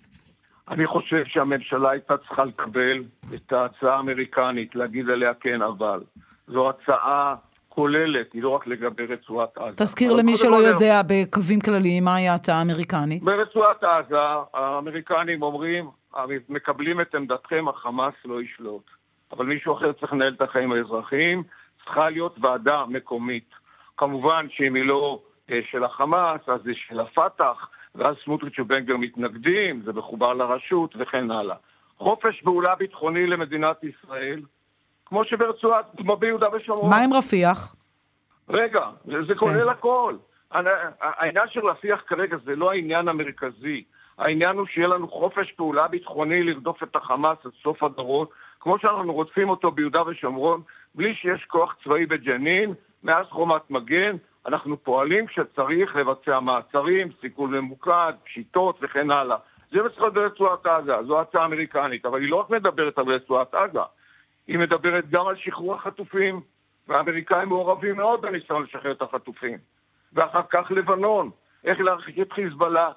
אני חושב שהממשלה הייתה צריכה לקבל את ההצעה האמריקנית, להגיד עליה כן, אבל זו הצעה כוללת, היא לא רק לגבי רצועת עזה. תזכיר למי שלא יודע בקווים כלליים, מה היה ההצעה האמריקנית? ברצועת עזה, האמריקנים אומרים, מקבלים את עמדתכם, החמאס לא ישלוט. אבל מישהו אחר צריך לנהל את החיים האזרחיים, צריכה להיות ועדה מקומית. כמובן שאם היא לא של החמאס, אז זה של הפתח, ואז סמוטריץ' ובן גביר מתנגדים, זה מחובר לרשות וכן הלאה. חופש פעולה ביטחוני למדינת ישראל, כמו שברצועת, כמו ביהודה ושומרון. מה עם רפיח? רגע, זה כולל הכל. העניין של רפיח כרגע זה לא העניין המרכזי. העניין הוא שיהיה לנו חופש פעולה ביטחוני לרדוף את החמאס עד סוף הדורות, כמו שאנחנו רוצים אותו ביהודה ושומרון, בלי שיש כוח צבאי בג'נין, מאז חומת מגן, אנחנו פועלים כשצריך לבצע מעצרים, סיכול ממוקד, פשיטות וכן הלאה. זה מצריך ברצועת עזה, זו הצעה אמריקנית, אבל היא לא רק מדברת על רצועת עזה, היא מדברת גם על שחרור החטופים, והאמריקאים מעורבים מאוד בניסיון לשחרר את החטופים. ואחר כך לבנון, איך להרחיק את חיזבאללה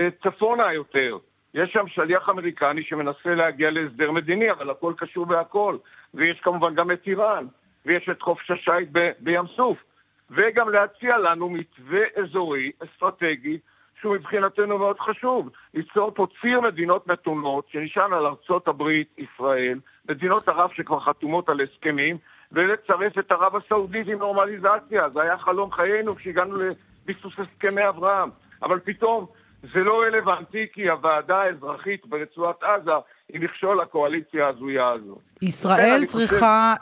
צפונה יותר. יש שם שליח אמריקני שמנסה להגיע להסדר מדיני, אבל הכל קשור בהכל. ויש כמובן גם את איראן, ויש את חופש השייט ב- בים סוף. וגם להציע לנו מתווה אזורי, אסטרטגי, שהוא מבחינתנו מאוד חשוב. ליצור פה ציר מדינות נתונות, שנשען על ארצות הברית, ישראל, מדינות ערב שכבר חתומות על הסכמים, ולצרף את ערב הסעודית עם נורמליזציה. זה היה חלום חיינו כשהגענו לביסוס הסכמי אברהם. אבל פתאום זה לא רלוונטי, כי הוועדה האזרחית ברצועת עזה היא מכשול לקואליציה הזויה הזו. ישראל צריכה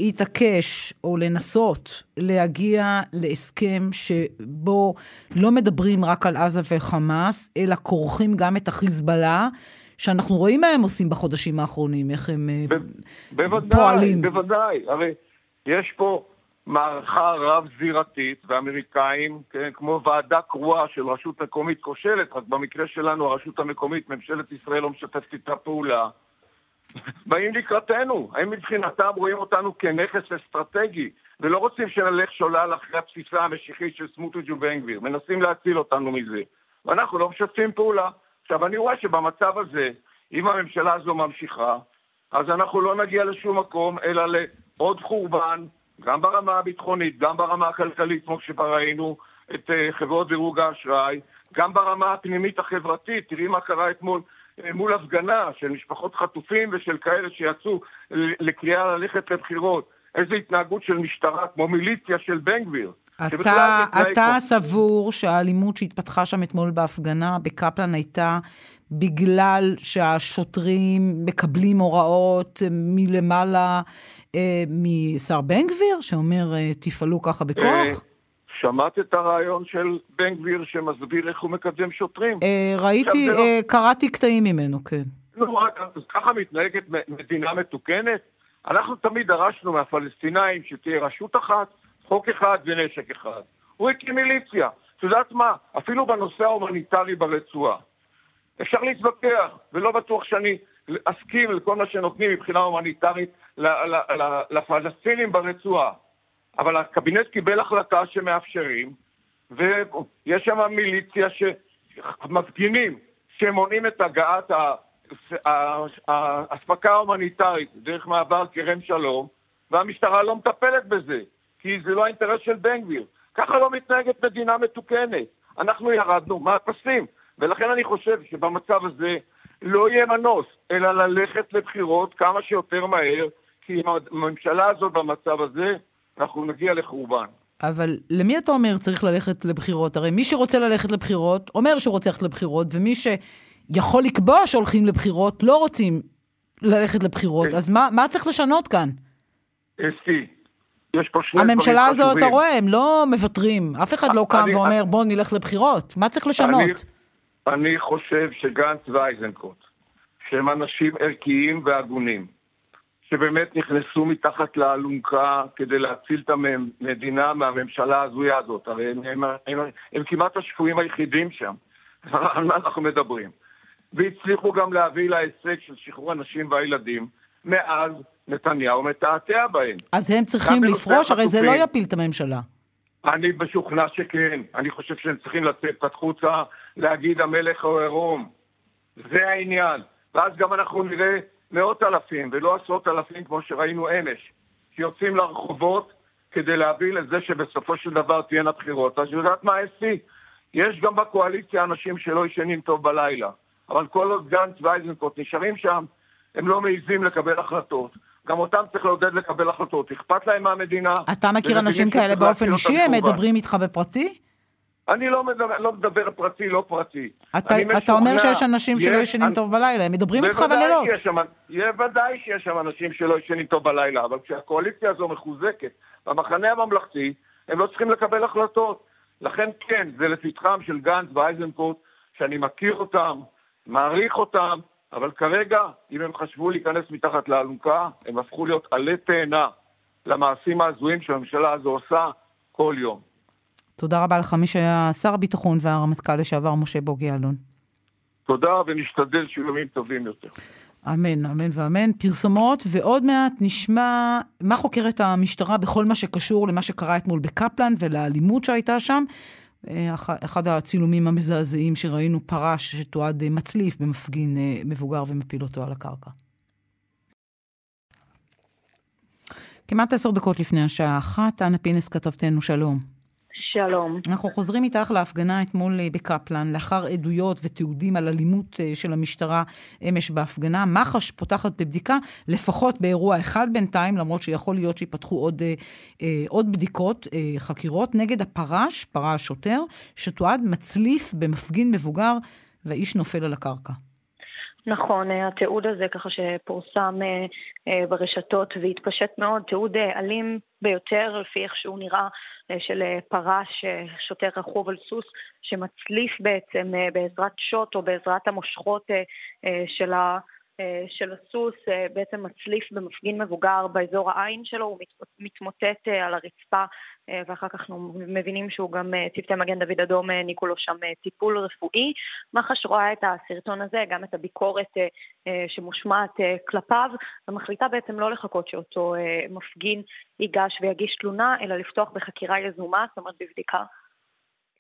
להתעקש או לנסות להגיע להסכם שבו לא מדברים רק על עזה וחמאס, אלא כורכים גם את החיזבאללה, שאנחנו רואים מה הם עושים בחודשים האחרונים, איך הם פועלים. בוודאי, הרי יש פה מערכה רב-זירתית, ואמריקאים, כן, כמו ועדה קרואה של רשות מקומית כושלת, רק במקרה שלנו הרשות המקומית, ממשלת ישראל לא משתפת איתה פעולה, באים לקראתנו. הם מבחינתם רואים אותנו כנכס אסטרטגי, ולא רוצים שנלך שולל אחרי הבסיסה המשיחית של סמוטריץ' ובן גביר, מנסים להציל אותנו מזה, ואנחנו לא משתפים פעולה. עכשיו, אני רואה שבמצב הזה, אם הממשלה הזו ממשיכה, אז אנחנו לא נגיע לשום מקום, אלא לעוד חורבן, גם ברמה הביטחונית, גם ברמה הכלכלית, כמו שפראינו, את חברות דירוג האשראי, גם ברמה הפנימית החברתית. תראי מה קרה אתמול מול הפגנה של משפחות חטופים ושל כאלה שיצאו לקריאה ללכת לבחירות. איזו התנהגות של משטרה, כמו מיליציה של בן גביר. אתה, אתה סבור שהאלימות שהתפתחה שם אתמול בהפגנה בקפלן הייתה בגלל שהשוטרים מקבלים הוראות מלמעלה אה, משר בן גביר, שאומר אה, תפעלו ככה בכוח? אה, שמעת את הרעיון של בן גביר שמסביר איך הוא מקדם שוטרים? אה, ראיתי, אה, לא... קראתי קטעים ממנו, כן. נו, אז ככה מתנהגת מדינה מתוקנת? אנחנו תמיד דרשנו מהפלסטינאים שתהיה רשות אחת, חוק אחד ונשק אחד. הוא הקים מיליציה. את יודעת מה? אפילו בנושא ההומניטרי ברצועה. אפשר להתווכח, ולא בטוח שאני אסכים לכל מה שנותנים מבחינה הומניטרית לפלסטינים ברצועה. אבל הקבינט קיבל החלטה שמאפשרים, ויש שם מיליציה שמפגינים, שמונעים את הגעת ההספקה ההומניטרית דרך מעבר כרם שלום, והמשטרה לא מטפלת בזה, כי זה לא האינטרס של בן גביר. ככה לא מתנהגת מדינה מתוקנת. אנחנו ירדנו מהפסים, ולכן אני חושב שבמצב הזה לא יהיה מנוס, אלא ללכת לבחירות כמה שיותר מהר, כי אם הממשלה הזאת במצב הזה, אנחנו נגיע לחורבן. אבל למי אתה אומר צריך ללכת לבחירות? הרי מי שרוצה ללכת לבחירות, אומר שהוא רוצה ללכת לבחירות, ומי שיכול לקבוע שהולכים לבחירות, לא רוצים ללכת לבחירות. אז מה, מה צריך לשנות כאן? אסתי, יש פה שני דברים חשובים. הממשלה הזאת, אתה רואה, הם לא מבטרים. אף אחד לא קם ואומר, בוא נלך לבחירות. מה צריך לשנות? אני חושב שגנץ ואיזנקוט, שהם אנשים ערכיים והגונים, שבאמת נכנסו מתחת לאלונקה כדי להציל את המדינה מהממשלה הזויה הזאת. הרי הם, הם, הם, הם כמעט השפויים היחידים שם. על מה אנחנו מדברים? והצליחו גם להביא להישג של שחרור הנשים והילדים. מאז נתניהו מתעתע בהם. אז הם צריכים לפרוש, הרי זה לא יפיל את הממשלה. אני משוכנע שכן. אני חושב שהם צריכים לצאת את חוצה, להגיד המלך הוא עירום. זה העניין. ואז גם אנחנו נראה מאות אלפים, ולא עשרות אלפים כמו שראינו אמש, שיוצאים לרחובות כדי להביא לזה שבסופו של דבר תהיינה בחירות. אז יודעת מה אסי? יש גם בקואליציה אנשים שלא ישנים טוב בלילה. אבל כל עוד גנץ ואיזנקוט נשארים שם, הם לא מעיזים לקבל החלטות. גם אותם צריך לעודד לקבל החלטות. אכפת להם מהמדינה. אתה מכיר אנשים כאלה באופן אישי? הם מדברים איתך בפרטי? אני לא מדבר, לא מדבר פרטי, לא פרטי. אתה, אתה אומר שיש אנשים שלא ישנים טוב בלילה, הם מדברים איתך בלילות. ודאי שיש שם אנשים שלא ישנים טוב בלילה, אבל כשהקואליציה הזו מחוזקת, במחנה הממלכתי, הם לא צריכים לקבל החלטות. לכן כן, זה לפתחם של גנץ ואיזנקוט, שאני מכיר אותם, מעריך אותם, אבל כרגע, אם הם חשבו להיכנס מתחת לאלונקה, הם הפכו להיות עלי תאנה למעשים ההזויים שהממשלה הזו עושה כל יום. תודה רבה לך, מי שהיה שר הביטחון והרמטכ"ל לשעבר משה בוגי יעלון. תודה, ונשתדל שיהיו טובים יותר. אמן, אמן ואמן. פרסומות, ועוד מעט נשמע מה חוקרת המשטרה בכל מה שקשור למה שקרה אתמול בקפלן ולאלימות שהייתה שם. אחד הצילומים המזעזעים שראינו פרש שתועד מצליף במפגין מבוגר ומפיל אותו על הקרקע. כמעט עשר דקות לפני השעה אחת, אנה פינס כתבתנו, שלום. שלום. אנחנו חוזרים איתך להפגנה אתמול בקפלן, לאחר עדויות ותיעודים על אלימות של המשטרה אמש בהפגנה. מח"ש פותחת בבדיקה, לפחות באירוע אחד בינתיים, למרות שיכול להיות שיפתחו עוד, עוד בדיקות, חקירות, נגד הפרש, פרש שוטר, שתועד מצליף במפגין מבוגר, והאיש נופל על הקרקע. נכון, התיעוד הזה ככה שפורסם ברשתות והתפשט מאוד, תיעוד אלים ביותר לפי איך שהוא נראה, של פרש שוטר רכוב על סוס שמצליף בעצם בעזרת שוט או בעזרת המושכות של ה... של הסוס, בעצם מצליף במפגין מבוגר באזור העין שלו, הוא מתמוטט על הרצפה, ואחר כך אנחנו מבינים שהוא גם צוותי מגן דוד אדום ניקו לו שם טיפול רפואי. מח"ש רואה את הסרטון הזה, גם את הביקורת שמושמעת כלפיו, ומחליטה בעצם לא לחכות שאותו מפגין ייגש ויגיש תלונה, אלא לפתוח בחקירה יזומה, זאת אומרת בבדיקה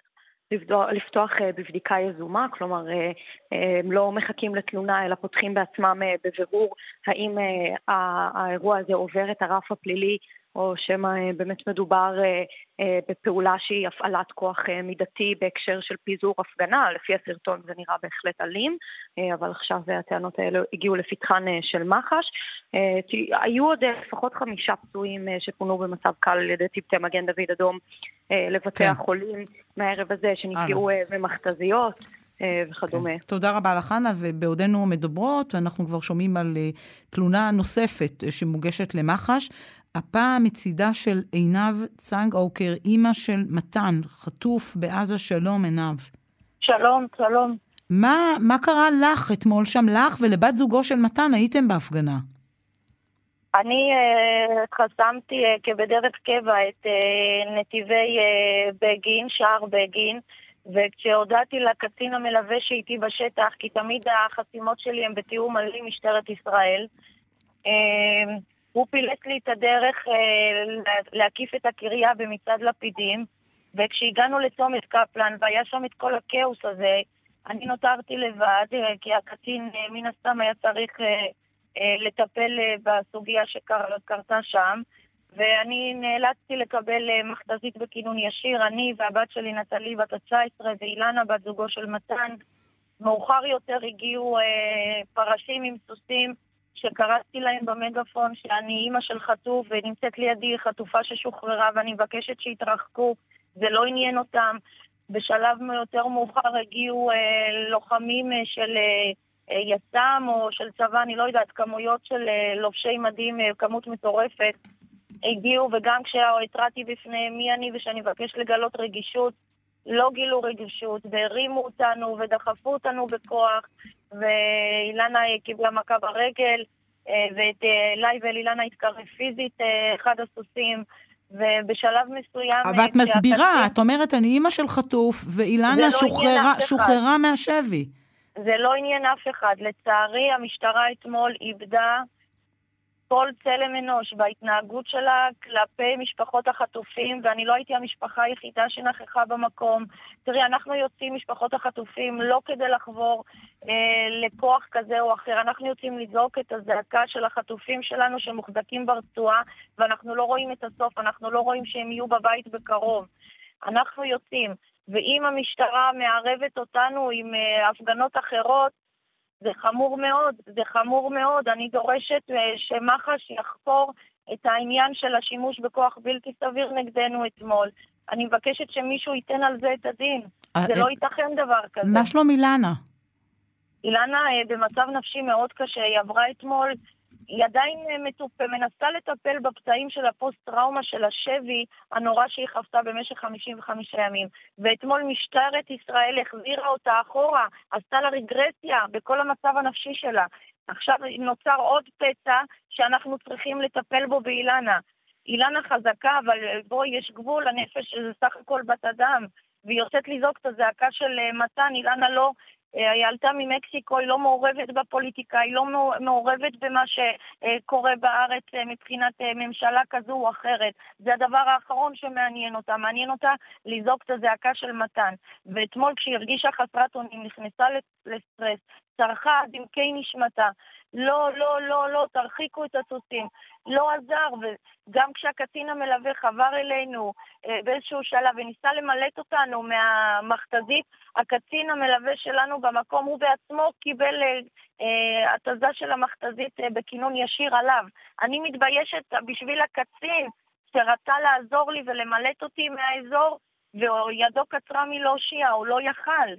לפתוח בבדיקה יזומה, כלומר הם לא מחכים לתלונה אלא פותחים בעצמם בבירור האם האירוע הזה עובר את הרף הפלילי או שמה באמת מדובר בפעולה שהיא הפעלת כוח מידתי בהקשר של פיזור הפגנה. לפי הסרטון זה נראה בהחלט אלים, אבל עכשיו הטענות האלה הגיעו לפתחן של מח"ש. היו עוד לפחות חמישה פצועים שפונו במצב קל על ידי צוותי מגן דוד אדום לבתי החולים מהערב הזה שנפגעו ממכתזיות וכדומה. תודה רבה לך, חנה, ובעודנו מדברות, אנחנו כבר שומעים על תלונה נוספת שמוגשת למח"ש, הפעם מצידה של עינב צנגאוקר, אימא של מתן, חטוף בעזה. שלום עינב. שלום, שלום. מה, מה קרה לך אתמול שם, לך ולבת זוגו של מתן, הייתם בהפגנה? אני uh, חסמתי uh, כבדרך קבע את uh, נתיבי uh, בגין, שער בגין, וכשהודעתי לקצין המלווה שאיתי בשטח, כי תמיד החסימות שלי הם בתיאום על משטרת ישראל, uh, הוא פילט לי את הדרך uh, להקיף את הקריה במצעד לפידים, וכשהגענו לצומת קפלן וההיה שם את כל הכאוס הזה, אני נותרתי לבד, uh, כי הקצין uh, מן הסתם היה צריך uh, uh, לטפל uh, בסוגיה שקרתה שם, ואני נאלצתי לקבל uh, מכתזית בכינון ישיר, אני והבת שלי נטלי בת ה-תשע עשרה ואילנה בת זוגו של מתן. מאוחר יותר הגיעו uh, פרשים עם סוסים, שקראתי להם במגפון שאני אימא של חטוף ונמצאת לידי חטופה ששוחררה ואני מבקשת שיתרחקו. זה לא עניין אותם. בשלב יותר מאוחר הגיעו אה, לוחמים אה, של אה, יס"מ או של צבא, אני לא יודעת, כמויות של אה, לובשי מדים, אה, כמות מטורפת, הגיעו, וגם כשהתרעתי בפני מי אני ושאני מבקש לגלות רגישות, לא גילו רגישות, והרימו אותנו ודחפו אותנו בכוח, ואילנה קיבלה מכה ברגל, ואת אליי ואילנה התקרב פיזית אחד הסוסים, ובשלב מסוים... אבל את מסבירה, את אומרת, אני אימא של חטוף, ואילנה שוחררה מהשבי. זה לא עניין אף אחד. לצערי, המשטרה אתמול איבדה כל צלם אנוש בהתנהגות שלה כלפי משפחות החטופים, ואני לא הייתי המשפחה היחידה שנכחה במקום. תראי, אנחנו יוצאים משפחות החטופים לא כדי לחבור אה, לכוח כזה או אחר, אנחנו יוצאים לזעוק את הזעקה של החטופים שלנו שמוחזקים ברצועה, ואנחנו לא רואים את הסוף, אנחנו לא רואים שהם יהיו בבית בקרוב. אנחנו יוצאים, ואם המשטרה מערבת אותנו עם אה, הפגנות אחרות, זה חמור מאוד, זה חמור מאוד. אני דורשת שמח"ש יחקור את העניין של השימוש בכוח בלתי סביר נגדנו אתמול. אני מבקשת שמישהו ייתן על זה את הדין. זה לא ייתכן דבר כזה. מה שלום אילנה? אילנה במצב נפשי מאוד קשה, היא עברה אתמול, היא עדיין מטופ... מנסה לטפל בפצעים של הפוסט-טראומה של השבי הנורא שהיא חוותה במשך חמישים וחמישה ימים. ואתמול משטרת ישראל החזירה אותה אחורה, עשתה לה רגרסיה בכל המצב הנפשי שלה. עכשיו נוצר עוד פצע שאנחנו צריכים לטפל בו באילנה. אילנה חזקה, אבל בו יש גבול, הנפש זה סך הכל בת אדם, והיא יוצאת לזעוק את הזעקה של מתן. אילנה לא... היא עלתה ממקסיקו, היא לא מעורבת בפוליטיקה, היא לא מעורבת במה שקורה בארץ מבחינת ממשלה כזו או אחרת. זה הדבר האחרון שמעניין אותה. מעניין אותה לזעוק את הזעקה של מתן. ואתמול כשהיא הרגישה חסרת אונים, נכנסה לסטרס, צרחה עד עמקי נשמתה. לא, לא, לא, לא, תרחיקו את הסוסים. לא עזר, וגם כשהקצין המלווה חבר אלינו באיזשהו שלב וניסה למלט אותנו מהמכתזית, הקצין המלווה שלנו במקום הוא בעצמו קיבל אה, התזה של המכתזית אה, בכינון ישיר עליו. אני מתביישת בשביל הקצין שרצה לעזור לי ולמלט אותי מהאזור, וידו קצרה מלהושיע, הוא לא יכל.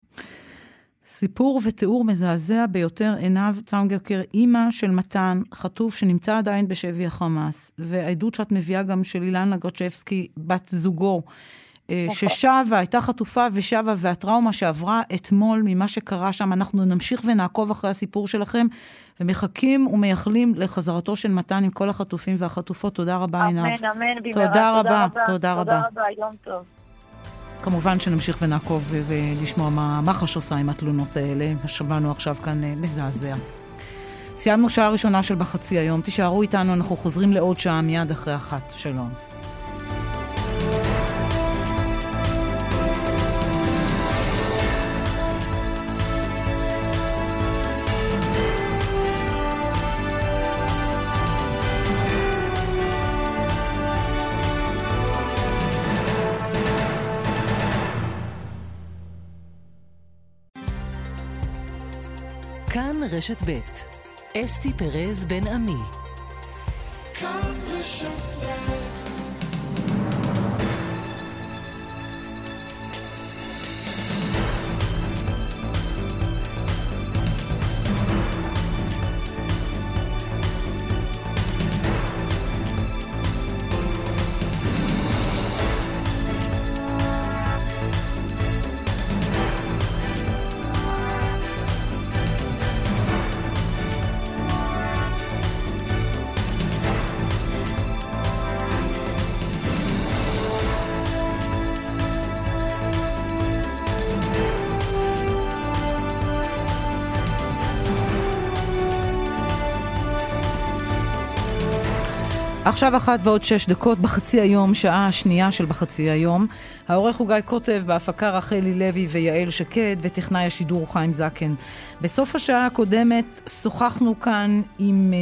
סיפור ותיאור מזעזע ביותר. עינב צנגאוקר, אימא של מתן, חטוף שנמצא עדיין בשבי החמאס, והעדות שאת מביאה גם של אילנה גרצ'בסקי, בת זוגו, ששבה, הייתה חטופה ושבה, והטראומה שעברה אתמול ממה שקרה שם. אנחנו נמשיך ונעקוב אחרי הסיפור שלכם, ומחכים ומייחלים לחזרתו של מתן עם כל החטופים והחטופות. תודה רבה, עינב. אמן, אמן, במהרה. תודה רבה, תודה רבה. תודה רבה, יום טוב. כמובן שנמשיך ונעקוב ולשמוע מה מח"ש עושה עם התלונות האלה. שמענו עכשיו כאן מזעזע. סיימנו שעה ראשונה של בחצי היום. תישארו איתנו, אנחנו חוזרים לעוד שעה מיד אחרי אחת. שלום. רשת ב' אסתי פרז בן עמי. כאן רשת ב'. עכשיו אחת ועוד שש דקות בחצי היום, שעה השנייה של בחצי היום. העורך הוא גיא קוטב, בהפקה רחלי לוי ויעל שקד, וטכנאי השידור חיים זקן. בסוף השעה הקודמת שוחחנו כאן עם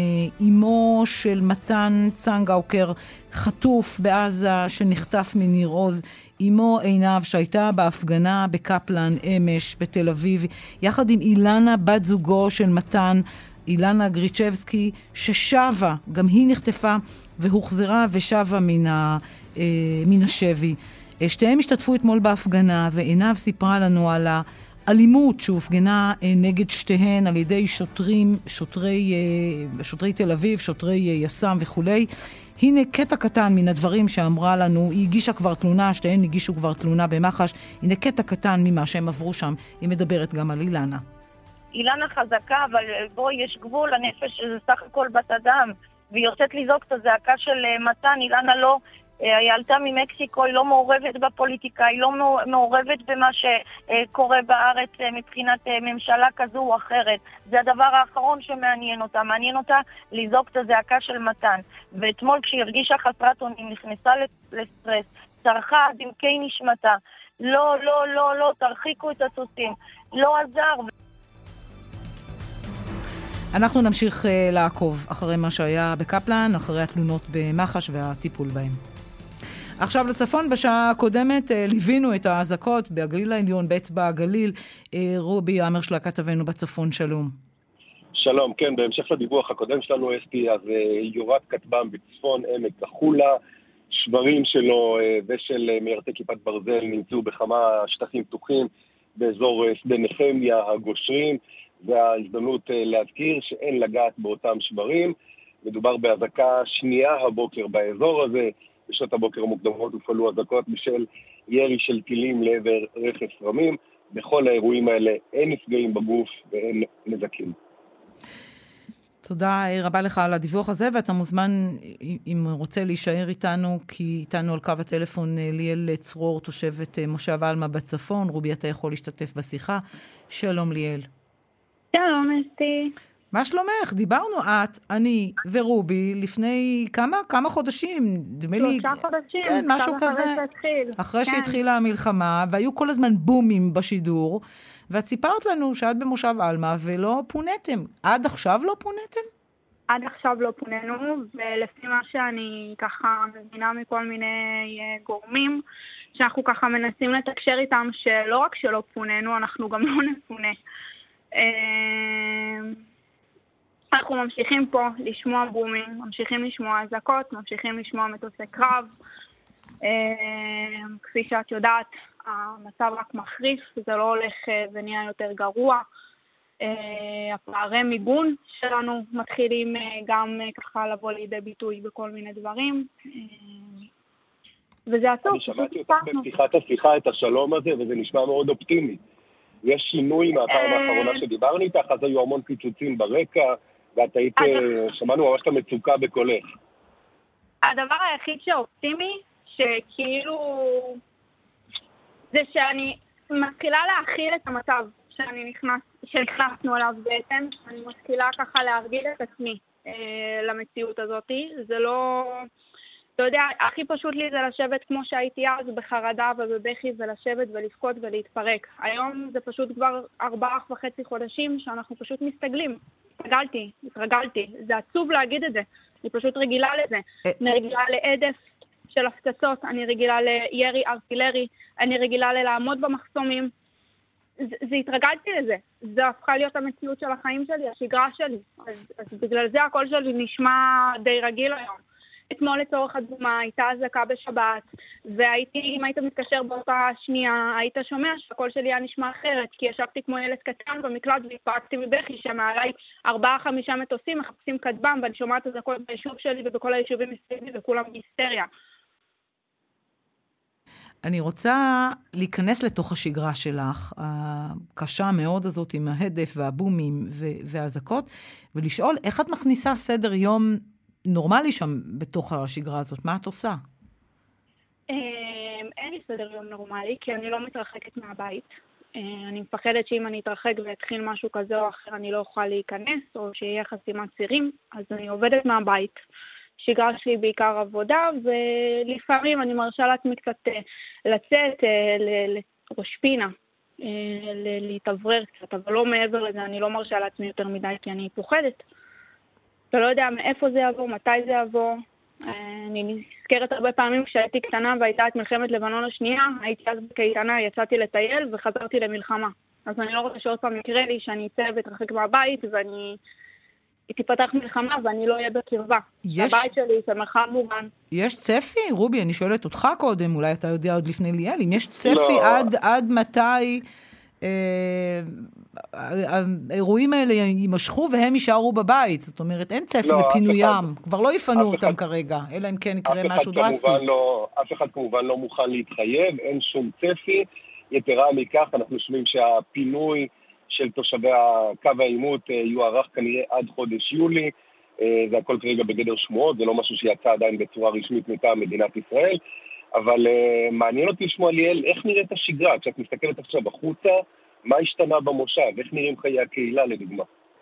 אמו של מתן צנגאוקר, חטוף בעזה שנחטף מניר עוז. אמו עינב שהייתה בהפגנה בקפלן אמש בתל אביב, יחד עם אילנה בת זוגו של מתן, אילנה גריצ'בסקי, ששבה, גם היא נחטפה והוחזרה ושבה מן, ה, אה, מן השבי. שתיהם השתתפו אתמול בהפגנה, ועינב סיפרה לנו על האלימות שהופגנה אה, נגד שתיהן על ידי שוטרים, שוטרי, אה, שוטרי תל אביב, שוטרי אה, יס"מ וכולי. הנה קטע קטן מן הדברים שאמרה לנו, היא הגישה כבר תלונה, שתיהן הגישו כבר תלונה במח"ש, הנה קטע קטן ממה שהם עברו שם, היא מדברת גם על אילנה. אילנה חזקה, אבל בו יש גבול, הנפש זה סך הכל בת אדם, והיא יוצאת לזעוק את הזעקה של מתן. אילנה לא, היא עלתה ממקסיקו, היא לא מעורבת בפוליטיקה, היא לא מעורבת במה שקורה בארץ מבחינת ממשלה כזו או אחרת. זה הדבר האחרון שמעניין אותה, מעניין אותה לזעוק את הזעקה של מתן. ואתמול כשהיא הרגישה חסרת אונים, נכנסה לסטרס, צרחה עד עמקי נשמתה, לא, לא, לא, לא, תרחיקו את הסוסים, לא עזר. אנחנו נמשיך uh, לעקוב אחרי מה שהיה בקפלן, אחרי התלונות במח"ש והטיפול בהם. עכשיו לצפון, בשעה הקודמת uh, ליווינו את האזעקות בגליל העליון, באצבע הגליל. uh, רובי אמרשלג כתבנו בצפון, שלום. שלום, כן, בהמשך לדיווח הקודם שלנו, אסתי, אז uh, יורת כטב"ם בצפון עמק החולה, שברים שלו uh, ושל uh, מיירטי כיפת ברזל נמצאו בכמה שטחים פתוחים באזור uh, שדה נחמיה הגושרים, וההזדמנות להזכיר שאין לגעת באותם שברים. מדובר בהזעקה שנייה הבוקר באזור הזה. בשעות הבוקר המוקדמות הופעלו הזעקות בשל ירי של טילים לעבר רכס רמים. בכל האירועים האלה אין נפגעים בגוף ואין נזקים. תודה רבה לך על הדיווח הזה, ואתה מוזמן, אם רוצה, להישאר איתנו, כי איתנו על קו הטלפון ליאל צרור, תושבת מושב אלמה בצפון. רובי, אתה יכול להשתתף בשיחה. שלום ליאל. שלום אסתי. מה שלומך? דיברנו את, אני ורובי לפני כמה כמה חודשים, דמי לי, שלושה חודשים, כן, משהו כזה, אחרי כן. שהתחילה המלחמה, והיו כל הזמן בומים בשידור, ואת סיפרת לנו שאת במושב אלמה ולא פונתם. עד עכשיו לא פונתם? עד עכשיו לא פוננו, ולפי מה שאני ככה מבינה מכל מיני גורמים, שאנחנו ככה מנסים לתקשר איתם שלא רק שלא פוננו, אנחנו גם לא נפונה. אנחנו ממשיכים פה לשמוע בומים, ממשיכים לשמוע אזעקות, ממשיכים לשמוע מטוסי קרב. כפי שאת יודעת, המצב רק מחריף, זה לא הולך ונהיה יותר גרוע. הפערי מיגון שלנו מתחילים גם ככה לבוא לידי ביטוי בכל מיני דברים. וזה עצוב. אני שמעתי אותך בפתיחת השיחה את השלום הזה, וזה נשמע מאוד אופטימי. יש שינוי מהפעם האחרונה שדיברנו איתך, אז היו המון פיצוצים ברקע, ואת היית, שמענו ממש את המצוקה בקולך. הדבר היחיד שאופטימי, שכאילו, זה שאני מתחילה להכיל את המצב שאני נכנס, שנכנסנו עליו בעצם, אני מתחילה ככה להרגיל את עצמי אה, למציאות הזאת. זה לא, אתה יודע, הכי פשוט לי זה לשבת כמו שהייתי אז בחרדה ובבכי, ולשבת ולפקוד ולהתפרק. היום זה פשוט כבר ארבעה וחצי חודשים שאנחנו פשוט מסתגלים. התרגלתי, התרגלתי. זה עצוב להגיד את זה. אני פשוט רגילה לזה. אני רגילה לעדף של הפצצות, אני רגילה לירי ארטילרי, אני רגילה ללעמוד במחסומים. זה, זה התרגלתי לזה. זה הפכה להיות המציאות של החיים שלי, השגרה שלי. אז, אז בגלל זה הקול שלי נשמע די רגיל היום. אתמול לצורך הדוגמה הייתה הזקה בשבת, והייתי, אם היית מתקשר באותה שנייה, היית שומע שהקול שלי היה נשמע אחרת, כי ישבתי כמו ילד קטן במקלט והתפרקתי מבכי, שמעליי ארבעה חמישה מטוסים מחפשים כטב"ם, ואני שומעת את הזקות ביישוב שלי ובכל היישובים מסביבי וכולם בהיסטריה. אני רוצה להיכנס לתוך השגרה שלך, הקשה מאוד הזאת עם ההדף והבומים והזקות, ולשאול איך את מכניסה סדר יום נורמלי שם בתוך השגרה הזאת? מה את עושה? אין לי סדר יום נורמלי, כי אני לא מתרחקת מהבית. אני מפחדת שאם אני אתרחק ואתחיל משהו כזה או אחר, אני לא אוכל להיכנס, או שיהיה חסימת צירים, אז אני עובדת מהבית. שגרה שלי בעיקר עבודה, ולפעמים אני מרשה לעצמי קצת לצאת לראש פינה, להתעברר קצת, אבל לא מעבר לזה, אני לא מרשה לעצמי יותר מדי, כי אני פוחדת. אתה לא יודע מאיפה זה יבוא, מתי זה יבוא. אני נזכרת הרבה פעמים כשהייתי קטנה והייתה את מלחמת לבנון השנייה, הייתי אז בקייטנה, יצאתי לטייל וחזרתי למלחמה. אז אני לא רוצה שעוד פעם יקרה לי שאני אצא ואתרחק מהבית ואני תיפתח מלחמה ואני לא אהיה בקרבה. יש... הבית שלי זה מרחב מוגן. יש צפי? רובי, אני שואלת אותך קודם, אולי אתה יודע עוד לפני ליאל, אם יש צפי לא. עד, עד מתי אה, האירועים האלה יימשכו והם יישארו בבית? זאת אומרת, אין צפי לא, לפינוים, אחד, כבר לא יפנו אותם אחד, כרגע, אלא אם כן יקרה משהו דרסטי. לא, אף אחד כמובן לא מוכן להתחייב, אין שום צפי. יתרה מכך, אנחנו שומעים שהפינוי של תושבי הקו העימות יוארך כנראה עד חודש יולי. זה הכל כרגע בגדר שמועות, זה לא משהו שיצא עדיין בצורה רשמית מטעם מדינת ישראל, אבל מעניין אותי לשמוע ליאל, איך נראית השגרה? כשאת מסתכלת עכשיו החוצה, מה השתנה במושב? איך נראים חיי הקהילה לדוגמה?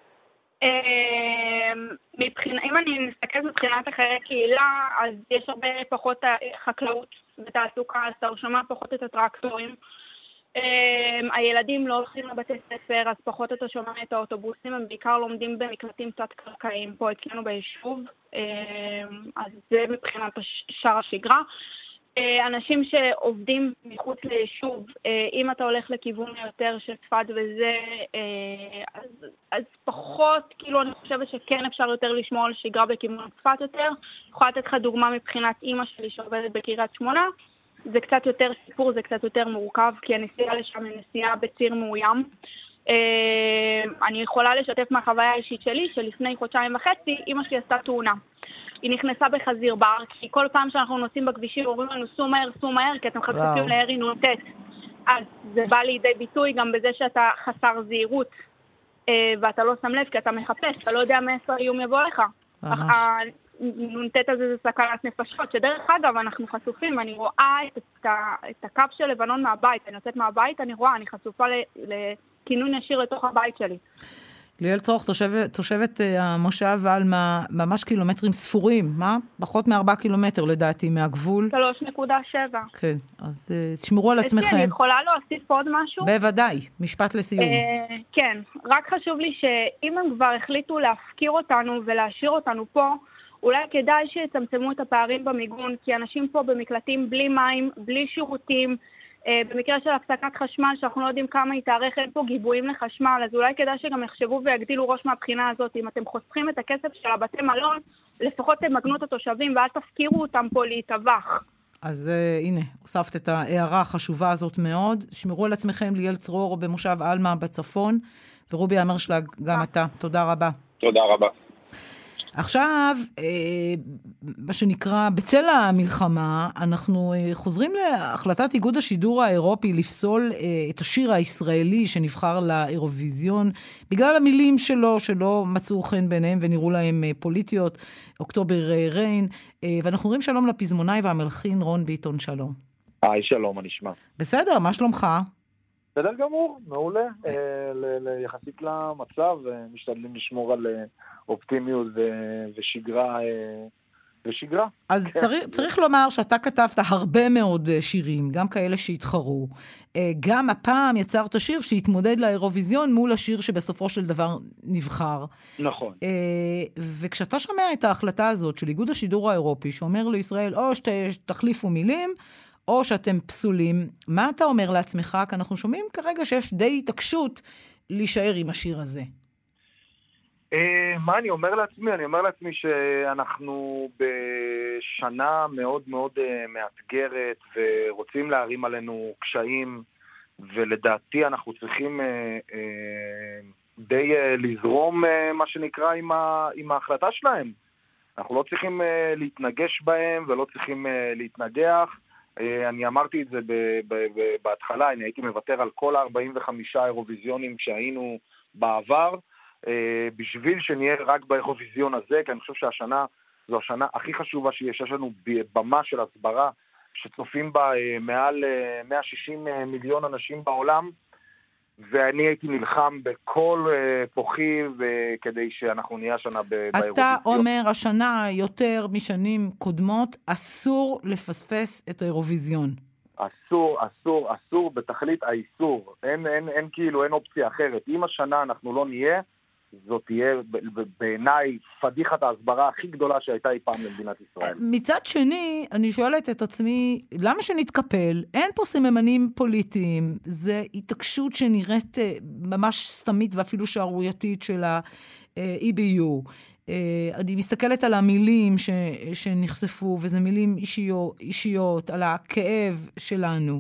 אם אני מסתכלת מבחינת חיי הקהילה, אז יש הרבה פחות חקלאות ותעסוקה, אז אתה שומע פחות את הטרקטורים. הילדים לא הולכים לבתי ספר, אז פחות אתה שומע את האוטובוסים, הם בעיקר לומדים במקלטים קצת קרקעיים פה אצלנו ביישוב, אז זה מבחינת שאר השגרה. אנשים שעובדים מחוץ ליישוב, אם אתה הולך לכיוון יותר של צפת וזה, אז, אז פחות, כאילו אני חושבת שכן אפשר יותר לשמור על שגרה בכיוון צפת יותר. אני יכולה לתת לך דוגמה מבחינת אמא שלי שעובדת בקריית שמונה, זה קצת יותר סיפור, זה קצת יותר מורכב, כי הנסיעה לשם היא נסיעה בציר מאוים. אני יכולה לשתף מהחוויה האישית שלי, שלפני חודשיים וחצי, אמא שלי עשתה תאונה. היא נכנסה בחזיר בר, כי כל פעם שאנחנו נוסעים בכבישים, אומרים לנו, סעו מהר, סעו מהר, כי אתם חשופים לירי נ"ט. אז זה בא לידי ביטוי גם בזה שאתה חסר זהירות, ואתה לא שם לב, כי אתה מחפש, אתה לא יודע מאיפה האיום יבוא לך. נ"ט הזה זה סכנת נפשות, שדרך אגב אנחנו חשופים, אני רואה את, את, את הקו של לבנון מהבית, אני יוצאת מהבית, אני רואה, אני חשופה לכינון ישיר לתוך הבית שלי. ליאל צרוך, תושבת, תושבת המושב אלמה, ממש קילומטרים ספורים, מה? פחות מארבעה קילומטר לדעתי מהגבול. שלוש נקודה שבע. כן, אז תשמרו על עצמכם. אני יכולה להוסיף עוד משהו? בוודאי, משפט לסיום. כן, רק חשוב לי שאם הם כבר החליטו להפקיר אותנו ולהשאיר אותנו פה, אולי כדאי שיצמצמו את הפערים במיגון, כי אנשים פה במקלטים בלי מים, בלי שירותים, במקרה של הפסקת חשמל, שאנחנו לא יודעים כמה יתארך, אין פה גיבויים לחשמל, אז אולי כדאי שגם יחשבו ויגדילו ראש מהבחינה הזאת. אם אתם חוסכים את הכסף של הבתי מלון, לפחות תמגנו את התושבים, ואל תפקירו אותם פה להתאבח. אז uh, הנה, הוספת את ההערה החשובה הזאת מאוד. שמרו על עצמכם, ליאל צרור במושב אלמה בצפון, ורובי אמרשלג, גם אתה. תודה רבה. תודה רבה. עכשיו, מה שנקרא, בצל המלחמה, אנחנו חוזרים להחלטת איגוד השידור האירופי לפסול את השיר הישראלי שנבחר לאירוויזיון, בגלל המילים שלו, שלא מצאו חן ביניהם ונראו להם פוליטיות, אוקטובר ריין, ואנחנו רואים שלום לפזמונאי והמלחין רון ביטון, שלום. היי, שלום, מה נשמע? בסדר, מה שלומך? בסדר גמור, מעולה, יחסית למצב, משתדלים לשמור על אופטימיות ושגרה, ושגרה. אז צריך, צריך לומר שאתה כתבת הרבה מאוד שירים, גם כאלה שהתחרו. גם הפעם יצרת שיר שהתמודד לאירוויזיון מול השיר שבסופו של דבר נבחר. נכון. וכשאתה שומע את ההחלטה הזאת של איגוד השידור האירופי, שאומר לישראל, או שתחליפו מילים, או שאתם פסולים. מה אתה אומר לעצמך? כי אנחנו שומעים כרגע שיש די התעקשות להישאר עם השיר הזה. מה אני אומר לעצמי? אני אומר לעצמי שאנחנו בשנה מאוד מאוד מאתגרת ורוצים להרים עלינו קשיים, ולדעתי אנחנו צריכים די לזרום מה שנקרא עם, ה, עם ההחלטה שלהם. אנחנו לא צריכים להתנגש בהם ולא צריכים להתנגח. אני אמרתי את זה ב- ב- ב- בהתחלה, אני הייתי מוותר על כל ה-ארבעים וחמישה אירוויזיונים שהיינו בעבר, בשביל שנהיה רק באירוויזיון הזה, כי אני חושב שהשנה זו השנה הכי חשובה שיש. יש לנו במה של הסברה שצופים בה מעל מאה ושישים מיליון אנשים בעולם, ואני הייתי נלחם בכל פוחי כדי שאנחנו נהיה השנה באירוויזיון. אתה אומר, השנה יותר משנים קודמות, אסור לפספס את האירוויזיון. אסור, אסור, אסור, בתכלית האיסור. אין, אין, אין כאילו, אין אופציה אחרת. אם השנה אנחנו לא נהיה, זאת תהיה בעיניי פדיחת ההסברה הכי גדולה שהייתה אי פעם למדינת ישראל. מצד שני, אני שואלת את עצמי, למה שנתקפל? אין פה סממנים פוליטיים, זה התעקשות שנראית ממש סתמית ואפילו שערורייתית של ה-אי בי יו. אני מסתכלת על המילים ש, שנחשפו, וזה מילים אישיות, אישיות, על הכאב שלנו.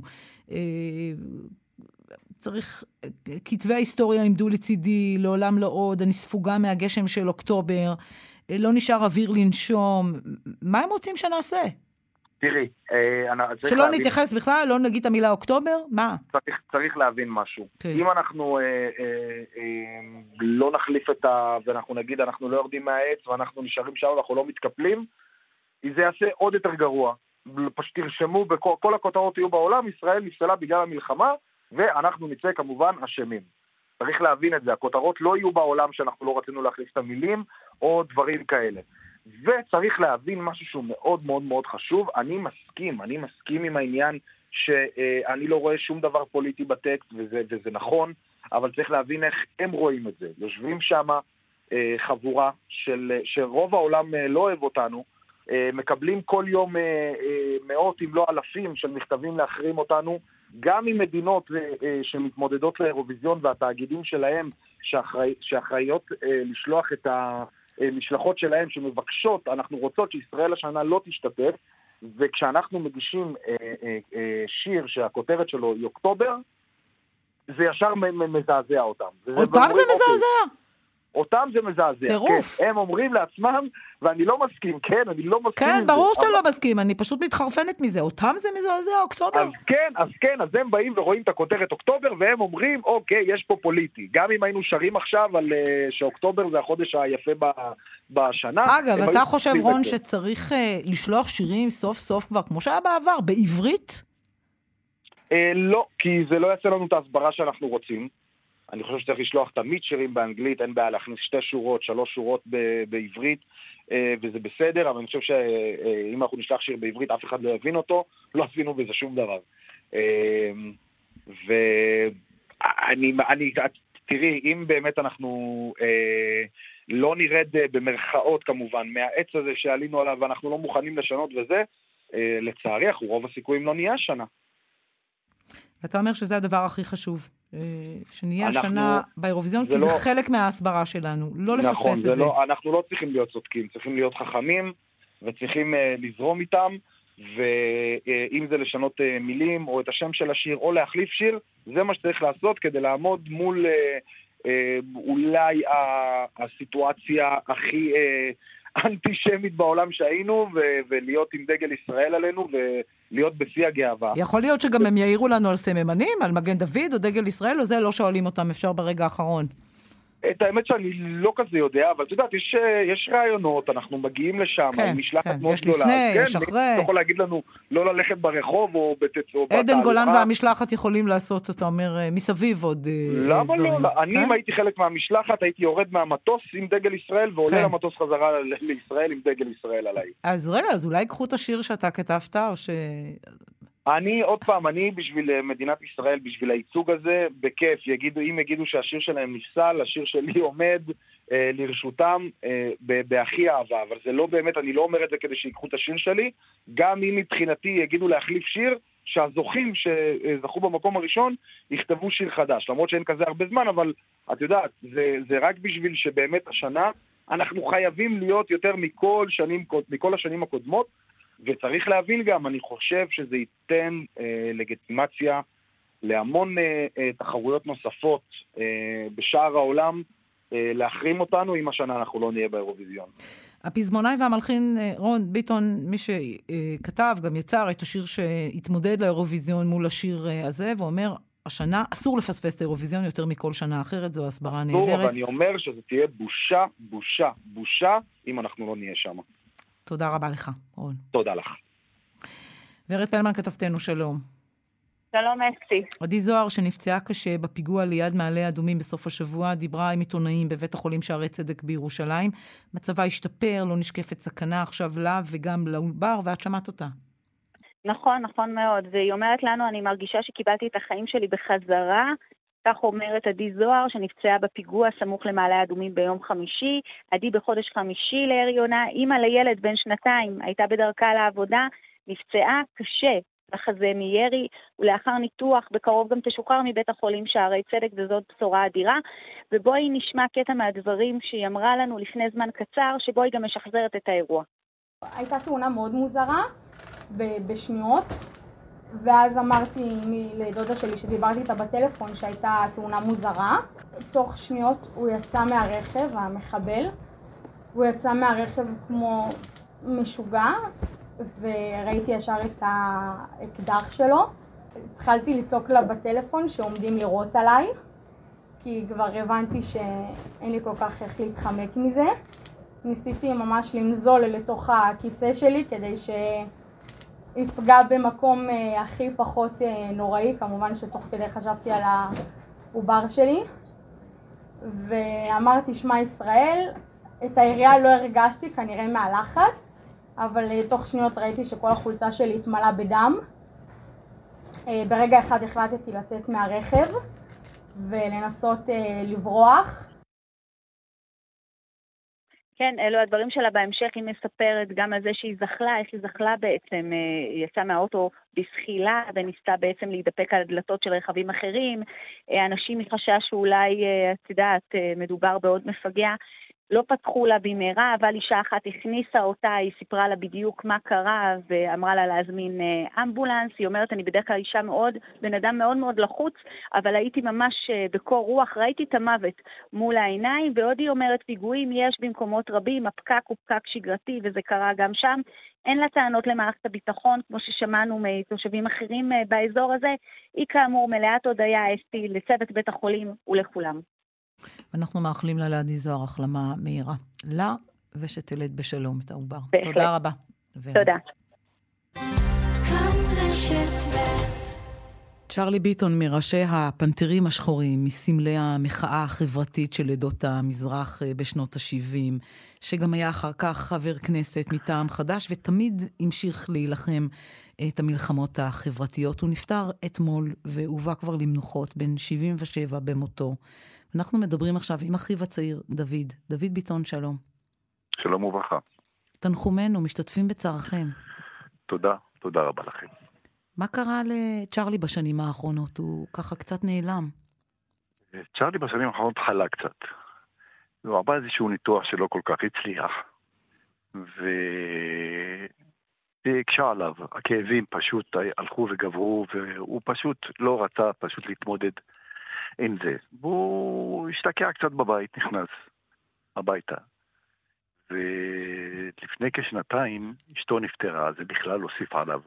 צריך, כתבי ההיסטוריה עמדו לצידי, לעולם לא עוד, אני ספוגה מהגשם של אוקטובר, לא נשאר אוויר לנשום. מה הם רוצים שנעשה? תראי, שלא נתייחס בכלל, לא נגיד את המילה אוקטובר? מה? צריך, צריך להבין משהו. Okay. אם אנחנו אה, אה, אה, לא נחליף את ה... ואנחנו נגיד, אנחנו לא יורדים מהעץ, ואנחנו נשארים שם, אנחנו לא מתקפלים, זה יעשה עוד יותר גרוע. פשוט תרשמו, בכל, כל הכותרות יהיו בעולם, ישראל נפסלה בגלל המלחמה, ואנחנו נצא כמובן אשמים. צריך להבין את זה, הכותרות לא יהיו בעולם שאנחנו לא רצינו להחליף את המילים, או דברים כאלה. וצריך להבין משהו שהוא מאוד מאוד מאוד חשוב. אני מסכים, אני מסכים עם העניין שאני לא רואה שום דבר פוליטי בטקסט, וזה, וזה נכון, אבל צריך להבין איך הם רואים את זה. יושבים שם חבורה של, שרוב העולם לא אוהב אותנו, מקבלים כל יום מאות אם לא אלפים של מכתבים להחרים אותנו, גם ממדינות שמתמודדות לאירוויזיון והתאגידים שלהם שאחראי, שאחראיות לשלוח את המשלחות שלהם שמבקשות, אנחנו רוצות שישראל השנה לא תשתתף, וכשאנחנו מגישים שיר שהכותרת שלו היא אוקטובר, זה ישר מזעזע אותם. אותם זה מזעזע? אותם זה מזעזע. טירוף. כן, הם אומרים לעצמם, ואני לא מסכים, כן, אני לא מסכים. כן, ברור שאתה לא מסכים, אני פשוט מתחרפנת מזה. אותם זה מזעזע, אוקטובר. אז כן, אז כן, אז הם באים ורואים את הכותרת אוקטובר, והם אומרים, אוקיי, יש פה פוליטי. גם אם היינו שרים עכשיו על שאוקטובר זה החודש היפה בשנה. אגב, אתה חושב, רון, שצריך לשלוח שירים סוף סוף כבר, כמו שהיה בעבר, בעברית? לא, כי זה לא יעשה לנו את ההסברה שאנחנו רוצים. אני חושב שצריך לשלוח תמיד שירים באנגלית, אין בעיה להכניס שתי שורות, שלוש שורות ב- בעברית, וזה בסדר, אבל אני חושב שאם אנחנו נשלח שיר בעברית, אף אחד לא יבין אותו, לא עשינו בזה שום דבר. ואני, אני, תראי, אם באמת אנחנו לא נרד במרכאות כמובן, מהעץ הזה שעלינו עליו, ואנחנו לא מוכנים לשנות וזה, לצערי, אנחנו רוב הסיכויים לא נהיה השנה. אתה אומר שזה הדבר הכי חשוב. שנהיה השנה באירוויזיון, כי זה חלק מההסברה שלנו, לא לפספס את זה. אנחנו לא צריכים להיות צודקים, צריכים להיות חכמים, וצריכים לזרום איתם, ואם זה לשנות מילים, או את השם של השיר, או להחליף שיר, זה מה שצריך לעשות, כדי לעמוד מול אולי הסיטואציה הכי אנטישמית בעולם שהיינו, ולהיות עם דגל ישראל עלינו, ולהיות בשיא הגאווה. יכול להיות שגם הם יעירו לנו על סממנים, על מגן דוד או דגל ישראל, או זה לא שואלים אותם, אפשר ברגע האחרון. את האמת שאני לא כזה יודע, אבל את יודעת, יש, יש רעיונות, אנחנו מגיעים לשם, כן, משלחת כן, מאוד יש גדולה. לפני, כן, יש אחרי. אתה יכול להגיד לנו לא ללכת ברחוב או בתצור. עדן גולן והמשלחת יכולים לעשות, אתה אומר, מסביב עוד... למה לא? אני אם הייתי חלק מהמשלחת, הייתי יורד מהמטוס עם דגל ישראל, ועולה למטוס חזרה לישראל עם דגל ישראל עליי. אז רגע, אז אולי קחו את השיר שאתה כתבת, או ש... אני, עוד פעם, אני בשביל מדינת ישראל, בשביל הייצוג הזה, בכיף, יגידו, אם יגידו שהשיר שלהם נפסל, השיר שלי עומד אה, לרשותם אה, בהכי אהבה, אבל זה לא באמת, אני לא אומר את זה כדי שיקחו את השיר שלי, גם אם מבחינתי יגידו להחליף שיר, שהזוכים שזכו במקום הראשון יכתבו שיר חדש, למרות שאין כזה הרבה זמן, אבל את יודעת, זה, זה רק בשביל שבאמת השנה אנחנו חייבים להיות יותר מכל, שנים, מכל השנים הקודמות, וצריך להבין גם, אני חושב שזה ייתן אה, לגיטימציה להמון אה, אה, תחרויות נוספות אה, בשאר העולם, אה, להחרים אותנו אם השנה אנחנו לא נהיה באירוויזיון. הפזמונאי והמלחין רון ביטון, מי שכתב, גם יצר את השיר שהתמודד לאירוויזיון מול השיר הזה, ואומר, השנה אסור לפספס את האירוויזיון יותר מכל שנה אחרת, זו הסברה נהדרת. ואני אומר שזה תהיה בושה, בושה, בושה, אם אנחנו לא נהיה שם. תודה רבה לך, רון. תודה לך. ורד פלמן כתבתנו, שלום. שלום אסתי. עדי זוהר, שנפצעה קשה בפיגוע ליד מעלה אדומים בסוף השבוע, דיברה עם עיתונאים בבית החולים שערי צדק בירושלים. מצבה השתפר, לא נשקפת סכנה עכשיו לה וגם לעובר, ואת שמעת אותה. נכון, נכון מאוד. והיא אומרת לנו, אני מרגישה שקיבלתי את החיים שלי בחזרה. כך אומרת עדי זוהר, שנפצעה בפיגוע סמוך למעלה אדומים ביום חמישי. עדי בחודש חמישי להריונה, אמא לילד בן שנתיים, הייתה בדרכה לעבודה, נפצעה קשה. לחזה מירי, ולאחר ניתוח בקרוב גם תשוחרר מבית החולים שערי צדק, וזאת בשורה אדירה. ובואי נשמע קטע מהדברים שהיא אמרה לנו לפני זמן קצר, שבואי גם משחזרת את האירוע. הייתה תאונה מאוד מוזרה בשניות, ואז אמרתי לדודה שלי שדיברתי איתה בטלפון שהייתה תאונה מוזרה. תוך שניות הוא יצא מהרכב, המחבל, הוא יצא מהרכב כמו משוגע, וראיתי ישר את האקדח שלו. התחלתי לצעוק לה בטלפון שעומדים לראות עליי, כי כבר הבנתי שאין לי כל כך איך להתחמק מזה. ניסיתי ממש לנזול לתוך הכיסא שלי כדי שיפגע במקום הכי פחות נוראי, כמובן שתוך כדי חשבתי על העובר שלי. ואמרתי שמע ישראל, את הירייה לא הרגשתי כנראה מהלחץ, אבל תוך שניות ראיתי שכל החולצה שלי התמלאה בדם. ברגע אחד החלטתי לצאת מהרכב ולנסות לברוח. כן, אלו הדברים שלה בהמשך. היא מספרת גם על זה שהיא זחלה, איך היא זחלה בעצם, היא יצאה מהאוטו בסחילה וניסתה בעצם להידפק על הדלתות של רכבים אחרים. אנשים מחשש שאולי, את יודעת, מדובר בעוד מפגע. לא פתחו לה במהרה, אבל אישה אחת הכניסה אותה, היא סיפרה לה בדיוק מה קרה, ואמרה לה להזמין אמבולנס. היא אומרת, אני בדרך כלל אישה מאוד, בן אדם מאוד מאוד לחוץ, אבל הייתי ממש בקור רוח, ראיתי את המוות מול העיניים, ועוד היא אומרת, פיגועים יש במקומות רבים, הפקק הוא פקק שגרתי, וזה קרה גם שם. אין לה טענות למערכת הביטחון, כמו ששמענו מתושבים אחרים באזור הזה. היא כאמור מלאת הודיה אסתי לצוות בית החולים ולכולם. אנחנו מאחלים לה לעדי זוהר החלמה מהירה. לה ושתלד בשלום את העובר. תודה רבה. תודה. צ'רלי ביטון, מראשי הפנתרים השחורים, מסמלי המחאה החברתית של עדות המזרח בשנות ה-שבעים, שגם היה אחר כך חבר כנסת מטעם חדש, ותמיד המשיך להילחם את המלחמות החברתיות. הוא נפטר אתמול והובא כבר למנוחות, בן שבעים ושבע במותו. אנחנו מדברים עכשיו עם אחיו הצעיר, דוד. דוד ביטון, שלום. שלום וברכה. תנחומנו, משתתפים בצערכם. תודה, תודה רבה לכם. מה קרה לצ'רלי בשנים האחרונות? הוא ככה קצת נעלם. צ'רלי בשנים האחרונות חלה קצת. הוא עבר איזשהו ניתוח שלא כל כך הצליח. והקשה עליו. הכאבים פשוט הלכו וגברו, והוא פשוט לא רצה פשוט להתמודד עם זה. והוא השתקע קצת בבית, נכנס הביתה. ולפני כשנתיים אשתו נפטרה, זה בכלל הוסיף עליו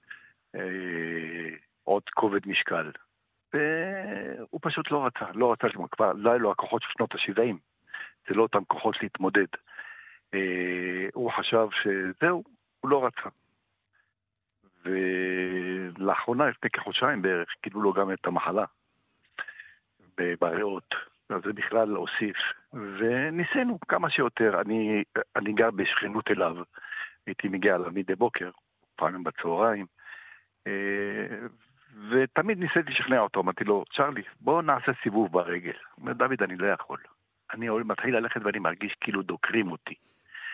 עוד כובד משקל. והוא פשוט לא רצה, לא רצה, כבר לא היה לו הכוחות של שנות ה-שבעים. זה לא אותם כוחות להתמודד. הוא חשב שזהו, הוא לא רצה. ולאחרונה, לפני כחודשיים בערך, קיבלו לו גם את המחלה. בריאות, אז זה בכלל הוסיף, וניסינו כמה שיותר. אני, אני גר בשכנות אליו, הייתי מגיע אליו מדי בוקר, פעמים בצהריים, ותמיד ניסיתי לשכנע אותו, אמרתי לו, צ'רלי, בוא נעשה סיבוב ברגל. הוא אומר, דוד, אני לא יכול. אני מתחיל ללכת ואני מרגיש כאילו דוקרים אותי.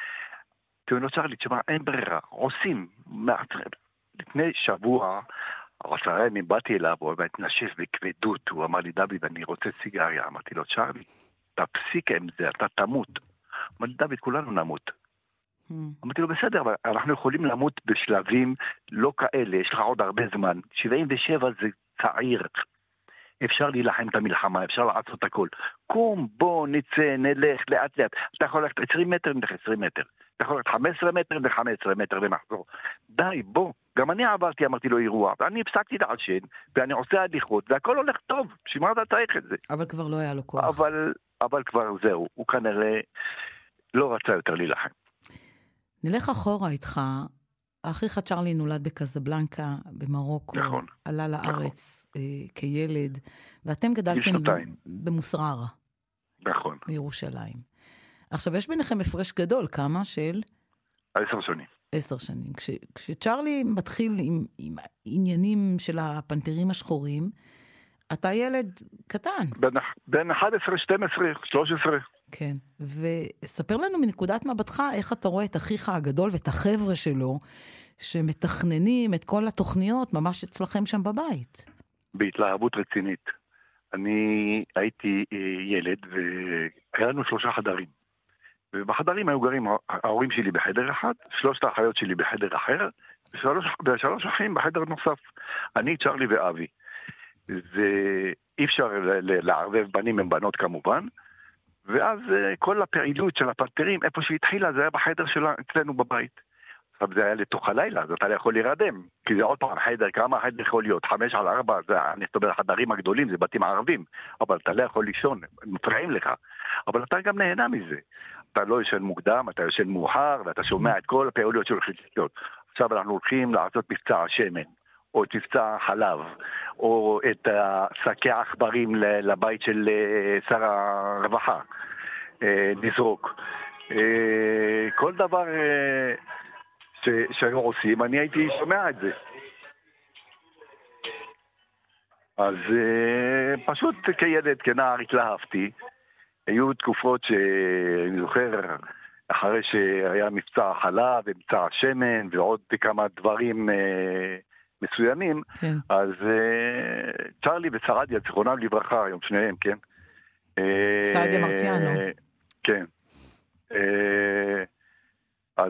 תראו, צ'רלי, תשמע, אין ברירה, עושים מעצרם. לפני שבוע אבל אחרי ימים באתי אליו, הוא התנשף בכבדות, הוא אמר לי, דוד, אני רוצה סיגריה. אמרתי לו, צ'רלי, תפסיק עם זה, אתה תמות. אמר לי, דוד, כולנו נמות. Hmm. אמרתי לו, בסדר, אבל אנחנו יכולים למות בשלבים לא כאלה, יש לך עוד הרבה זמן. שבעים ושבע זה צעיר. אפשר להילחם את המלחמה, אפשר לעשות הכל. קום, בוא, נצא, נלך, לאט לאט. אתה יכול ללכת עשרים מטר, נלך עשרים מטר. אתה יכול ללכת חמש עשרה מטר, נלך חמש עשרה מטר ונחזור. די, בוא. גם אני עברתי, אמרתי לו אירוע. אני הפסקתי לעשן, ואני עושה הליכות, והכל הולך טוב. שמה אתה צריך את זה? אבל כבר לא היה לו כוח. אבל, אבל כבר זהו. הוא כנראה לא רצה יותר להילחם. נלך אחורה איתך. אחיך צ'רלי נולד בקזבלנקה, במרוקו. נכון. עלה לארץ נכון. אה, כילד, ואתם גדלתם במוסררה. נכון. בירושלים. עכשיו, יש ביניכם הפרש גדול, כמה של? עשר שנים. עשר שנים. כש, כשצ'רלי מתחיל עם, עם עניינים של הפנתרים השחורים, אתה ילד קטן. בין, בין אחת עשרה, שתים עשרה, שלוש עשרה. כן, וספר לנו מנקודת מבטך איך אתה רואה את אחיך הגדול ואת החבר'ה שלו שמתכננים את כל התוכניות ממש אצלכם שם בבית. בהתלהבות רצינית. אני הייתי ילד והיה לנו שלושה חדרים. ובחדרים היו גרים ההורים שלי בחדר אחד, שלושת האחיות שלי בחדר אחר, ושלוש, ושלוש אחים בחדר נוסף. אני, צ'רלי ואבי. ואי אפשר לערבב בנים עם בנות כמובן. ואז כל הפעילות של הפנתרים, איפה שהתחילה, זה היה בחדר שלה, אצלנו בבית. עכשיו זה היה לתוך הלילה, אז אתה לא יכול להירדם, כי זה עוד פעם חדר, כמה חדר יכול להיות? חמש על ארבע, זה, אני אסתבר, החדרים הגדולים, זה בתים ערבים, אבל אתה לא יכול לישון, מפריעים לך. אבל אתה גם נהנה מזה. אתה לא ישן מוקדם, אתה ישן מאוחר, ואתה שומע את כל הפעילויות של החלטיות. עכשיו אנחנו הולכים לעשות מבצע השמן, או את מבצע החלב, או את שקי העכברים לבית של שר הרווחה. נזרוק. כל דבר שהיו עושים, אני הייתי שומע את זה. אז פשוט כילד, כנער, התלהבתי. היו תקופות שאני זוכר, אחרי שהיה מבצע החלב, ומבצע השמן, ועוד כמה דברים מסוימים, כן. אז צ'רלי וצרדיה, זכרונם לברכה, היום שניהם, כן? סעדיה מרציאנו. כן. אז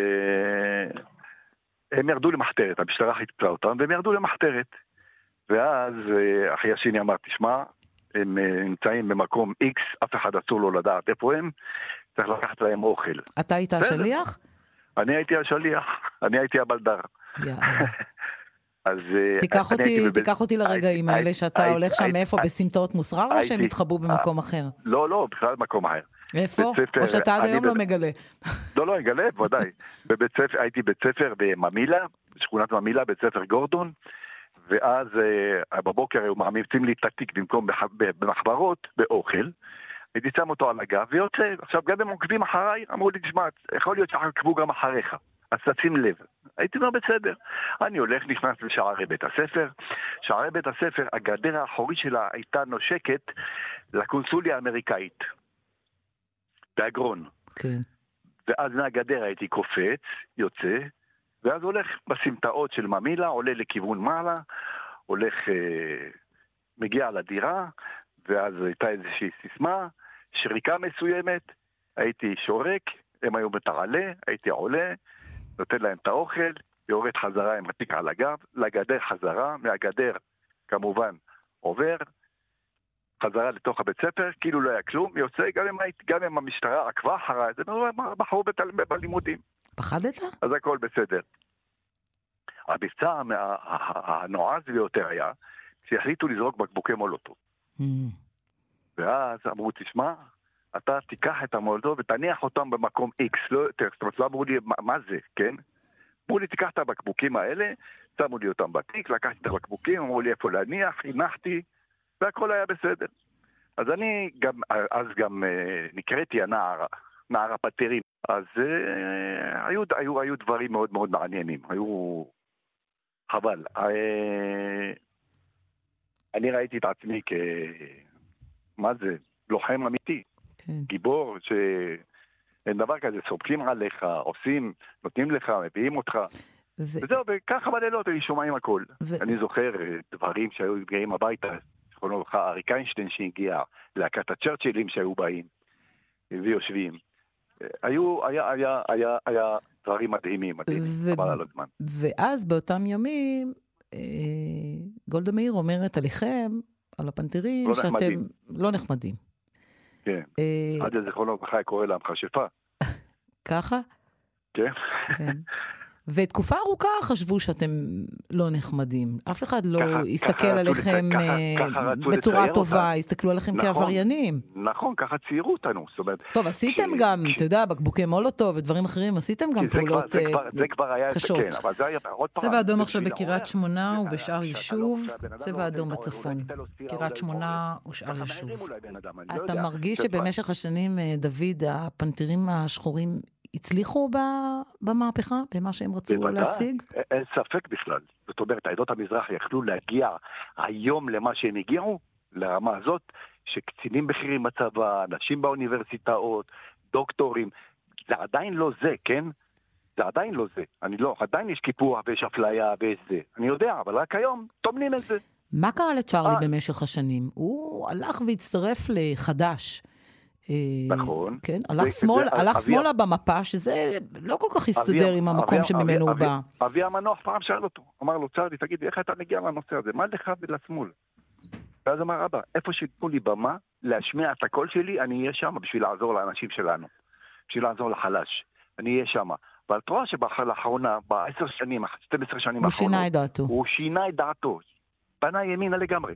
הם ירדו למחתרת, המשטרה חיפשה אותם, והם ירדו למחתרת. ואז אחי השני אמר, תשמע, הם נמצאים במקום X, אף אחד אסור לו לדעת איפה הם, צריך לקחת להם אוכל. אתה היית השליח? אני הייתי השליח, אני הייתי הבלדר. יאללה. אז תיקח אותי, תיקח אותי לרגעים האלה שאתה הולך שם מאיפה, בסמטאות מוסררה, או שהם התחבאו במקום אחר? לא, לא, בכלל במקום אחר. איפה? או שאתה עד היום לא מגלה? לא, לא, מגלה, ודאי. הייתי בית ספר בממילה, שכונת ממילה, בית ספר גורדון, ואז בבוקר היו מעמיצים לי את התיק במקום במחברות, באוכל, הייתי שם אותו על הגב ויוצא. עכשיו גם הם עוקבים אחריי, אמרו לי, תשמע, יכול להיות שעקבו גם אחריך, אז תשים לב. הייתי אומר בסדר. אני הולך, נכנס לשערי בית הספר. שערי בית הספר, הגדר האחורית שלה הייתה נושקת לקונסוליה האמריקאית. באגרון. כן. ואז מהגדר הייתי קופץ, יוצא, ואז הולך בסמטאות של ממילה, עולה לכיוון מעלה, הולך, אה, מגיע לדירה, ואז הייתה איזושהי סיסמה, שריקה מסוימת, הייתי שורק, הם היו בתעלה, הייתי עולה, נותן להם את האוכל, יורד חזרה עם התיק על הגב, לגדר חזרה, מהגדר כמובן עובר, חזרה לתוך הבית ספר, כאילו לא היה כלום, יוצא גם אם, גם אם המשטרה עקבה אחריי, זה בחרו בלימודים. פחדת? אז הכל בסדר. המבצע הנועז ביותר היה, שהחליטו לזרוק בקבוקי מולוטוב. Mm. ואז אמרו, תשמע, אתה תיקח את המולוטוב ותניח אותם במקום X, לא יותר, זאת אומרת, לא אמרו לי, מה, מה זה, כן? אמרו לי, תיקח את הבקבוקים האלה, שמו לי אותם בתיק, לקחתי את הבקבוקים, אמרו לי איפה להניח, הנחתי, והכל היה בסדר. אז אני גם, אז גם נקראתי הנער, נער הפטרים. אז אה, היו, היו, היו דברים מאוד מאוד מעניינים, היו חבל. אה, אני ראיתי את עצמי כ... מה זה? לוחם אמיתי. כן. גיבור שאין דבר כזה, סופקים עליך, עושים, נותנים לך, מביאים אותך. וזהו, וככה בלילות היו שומעים הכל. אני זוכר דברים שהיו מגיעים הביתה, זכרונו לך, אריק איינשטיין שהגיע, להקת הצ'רצ'ילים שהיו באים ויושבים. היו, היה, היה, היה, היה דברים מדהימים, מדהימים, חבל על הזמן. ואז באותם ימים, גולדה מאיר אומרת עליכם, על הפנתרים, לא שאתם נחמדים. לא נחמדים. כן, עד זכרונו לך קורא לה מכשפה. ככה? כן. כן. ותקופה ארוכה חשבו שאתם לא נחמדים. אף אחד לא ככה, הסתכל ככה עליכם ככה, ככה בצורה טובה, אותה. הסתכלו עליכם נכון, כעבריינים. נכון, ככה ציירו אותנו. זאת אומרת, טוב, עשיתם ש... גם, ש... אתה יודע, בקבוקי מולוטוב ודברים אחרים, עשיתם גם זה פעולות כבר, זה כבר, זה כבר היה, קשות. כן, אבל זה היה עוד פעם. צבע אדום עכשיו בקריית שמונה ובשאר יישוב, צבע אדום בצפון. קריית שמונה ושאר יישוב. אתה מרגיש שבמשך השנים, דוד, הפנתרים השחורים הצליחו במהפכה, במה שהם רצו להשיג? אין ספק בכלל. זאת אומרת, העדות המזרח יכלו להגיע היום למה שהם הגיעו, לרמה הזאת, שקצינים בכירים בצבא, אנשים באוניברסיטאות, דוקטורים, זה עדיין לא זה, כן? זה עדיין לא זה. אני לא, עדיין יש קיפוח ויש אפליה ויש זה. אני יודע, אבל רק היום תומנים את זה. מה קרה לצ'רלי במשך השנים? הוא הלך והצטרף לחדש. נכון. כן, הלך שמאל, הלך שמאלה במפה, שזה לא כל כך הסתדר עם המקום שממנו הוא בא. אבי המנוח פעם שאל אותו, אמר לו, צ'רלי, תגיד, איך אתה מגיע לנושא הזה? מה לך ולשמאל? ואז אמר, אבא, איפה שיתנו לי במה, להשמיע את הקול שלי, אני אהיה שם בשביל לעזור לאנשים שלנו. בשביל לעזור לחלש. אני אהיה שם. אבל אתה רואה שבאחרונה, בעשר שנים, שתים עשרה שנים האחרונות, הוא שינה את דעתו. הוא שינה את דעתו. פנה ימינה לגמרי.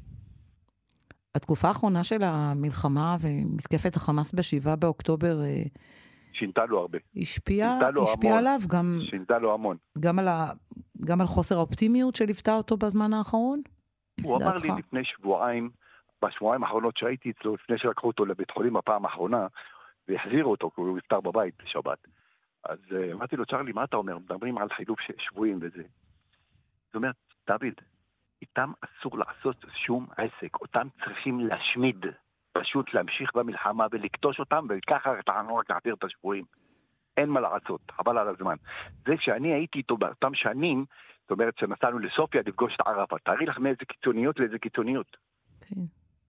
התקופה האחרונה של המלחמה ומתקפת החמאס בשבעה באוקטובר שינתה לו הרבה. השפיעה עליו גם שינתה לו המון. גם על ה גם על חוסר האופטימיות שליוותה אותו בזמן האחרון? הוא אמר לי לפני שבועיים, בשבועיים האחרונות שהייתי אצלו, לפני שלקחו אותו לבית חולים הפעם האחרונה, והחזירו אותו, כי הוא נפטר בבית בשבת. אז אמרתי לו, צ'רלי, מה אתה אומר? מדברים על חילוף שבועים וזה. זאת אומרת, דוד, איתם אסור לעשות שום עסק, אותם צריכים להשמיד, פשוט להמשיך במלחמה ולקטוש אותם, וככה תענו רק להחזיר את השבועים. אין מה לעשות, חבל על הזמן. זה שאני הייתי איתו באותם שנים, זאת אומרת שנסענו לסופיה לפגוש את ערפאת, תארי לך מאיזה קיצוניות לאיזה קיצוניות. כן.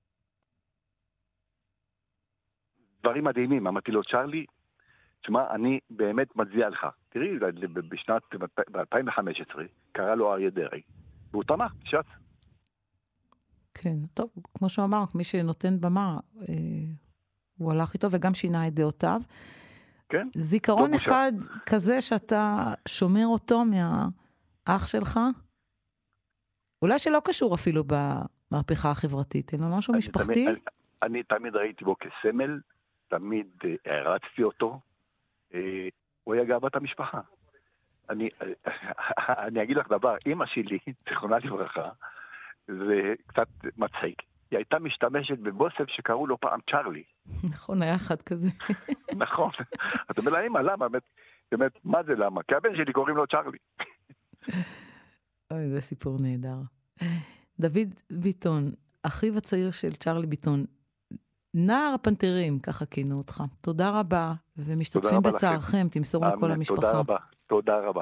דברים מדהימים, אמרתי לו, צ'רלי, תשמע, אני באמת מצדיע לך. תראי, בשנת, ב-אלפיים וחמש עשרה, קרא לו אריה דרעי. והוא תמך, שץ. כן, טוב, כמו שהוא אמר, מי שנותן במה, אה, הוא הלך איתו וגם שינה את דעותיו. כן. זיכרון אחד בושה. כזה שאתה שומר אותו מהאח שלך, אולי שלא קשור אפילו במהפכה החברתית, אלא משהו אני משפחתי? תמיד, אני, אני תמיד ראיתי בו כסמל, תמיד הרצתי אותו, אה, הוא היה גאוות המשפחה. אני, אני אגיד לך דבר, אמא שלי, זיכרונה לברכה, זה קצת מצחיק. היא הייתה משתמשת בבוסף שקראו לו פעם צ'רלי. נכון, היה אחד כזה. נכון. אתה אומר לה, אמא, למה? באמת, מה זה למה? כי הבן שלי קוראים לו צ'רלי. אוי, זה סיפור נהדר. דוד ביטון, אחיו הצעיר של צ'רלי ביטון, נער הפנתרים, ככה כינו אותך. תודה רבה, ומשתתפים בצערכם, תמסור לכל המשפחה. תודה רבה, תודה רבה.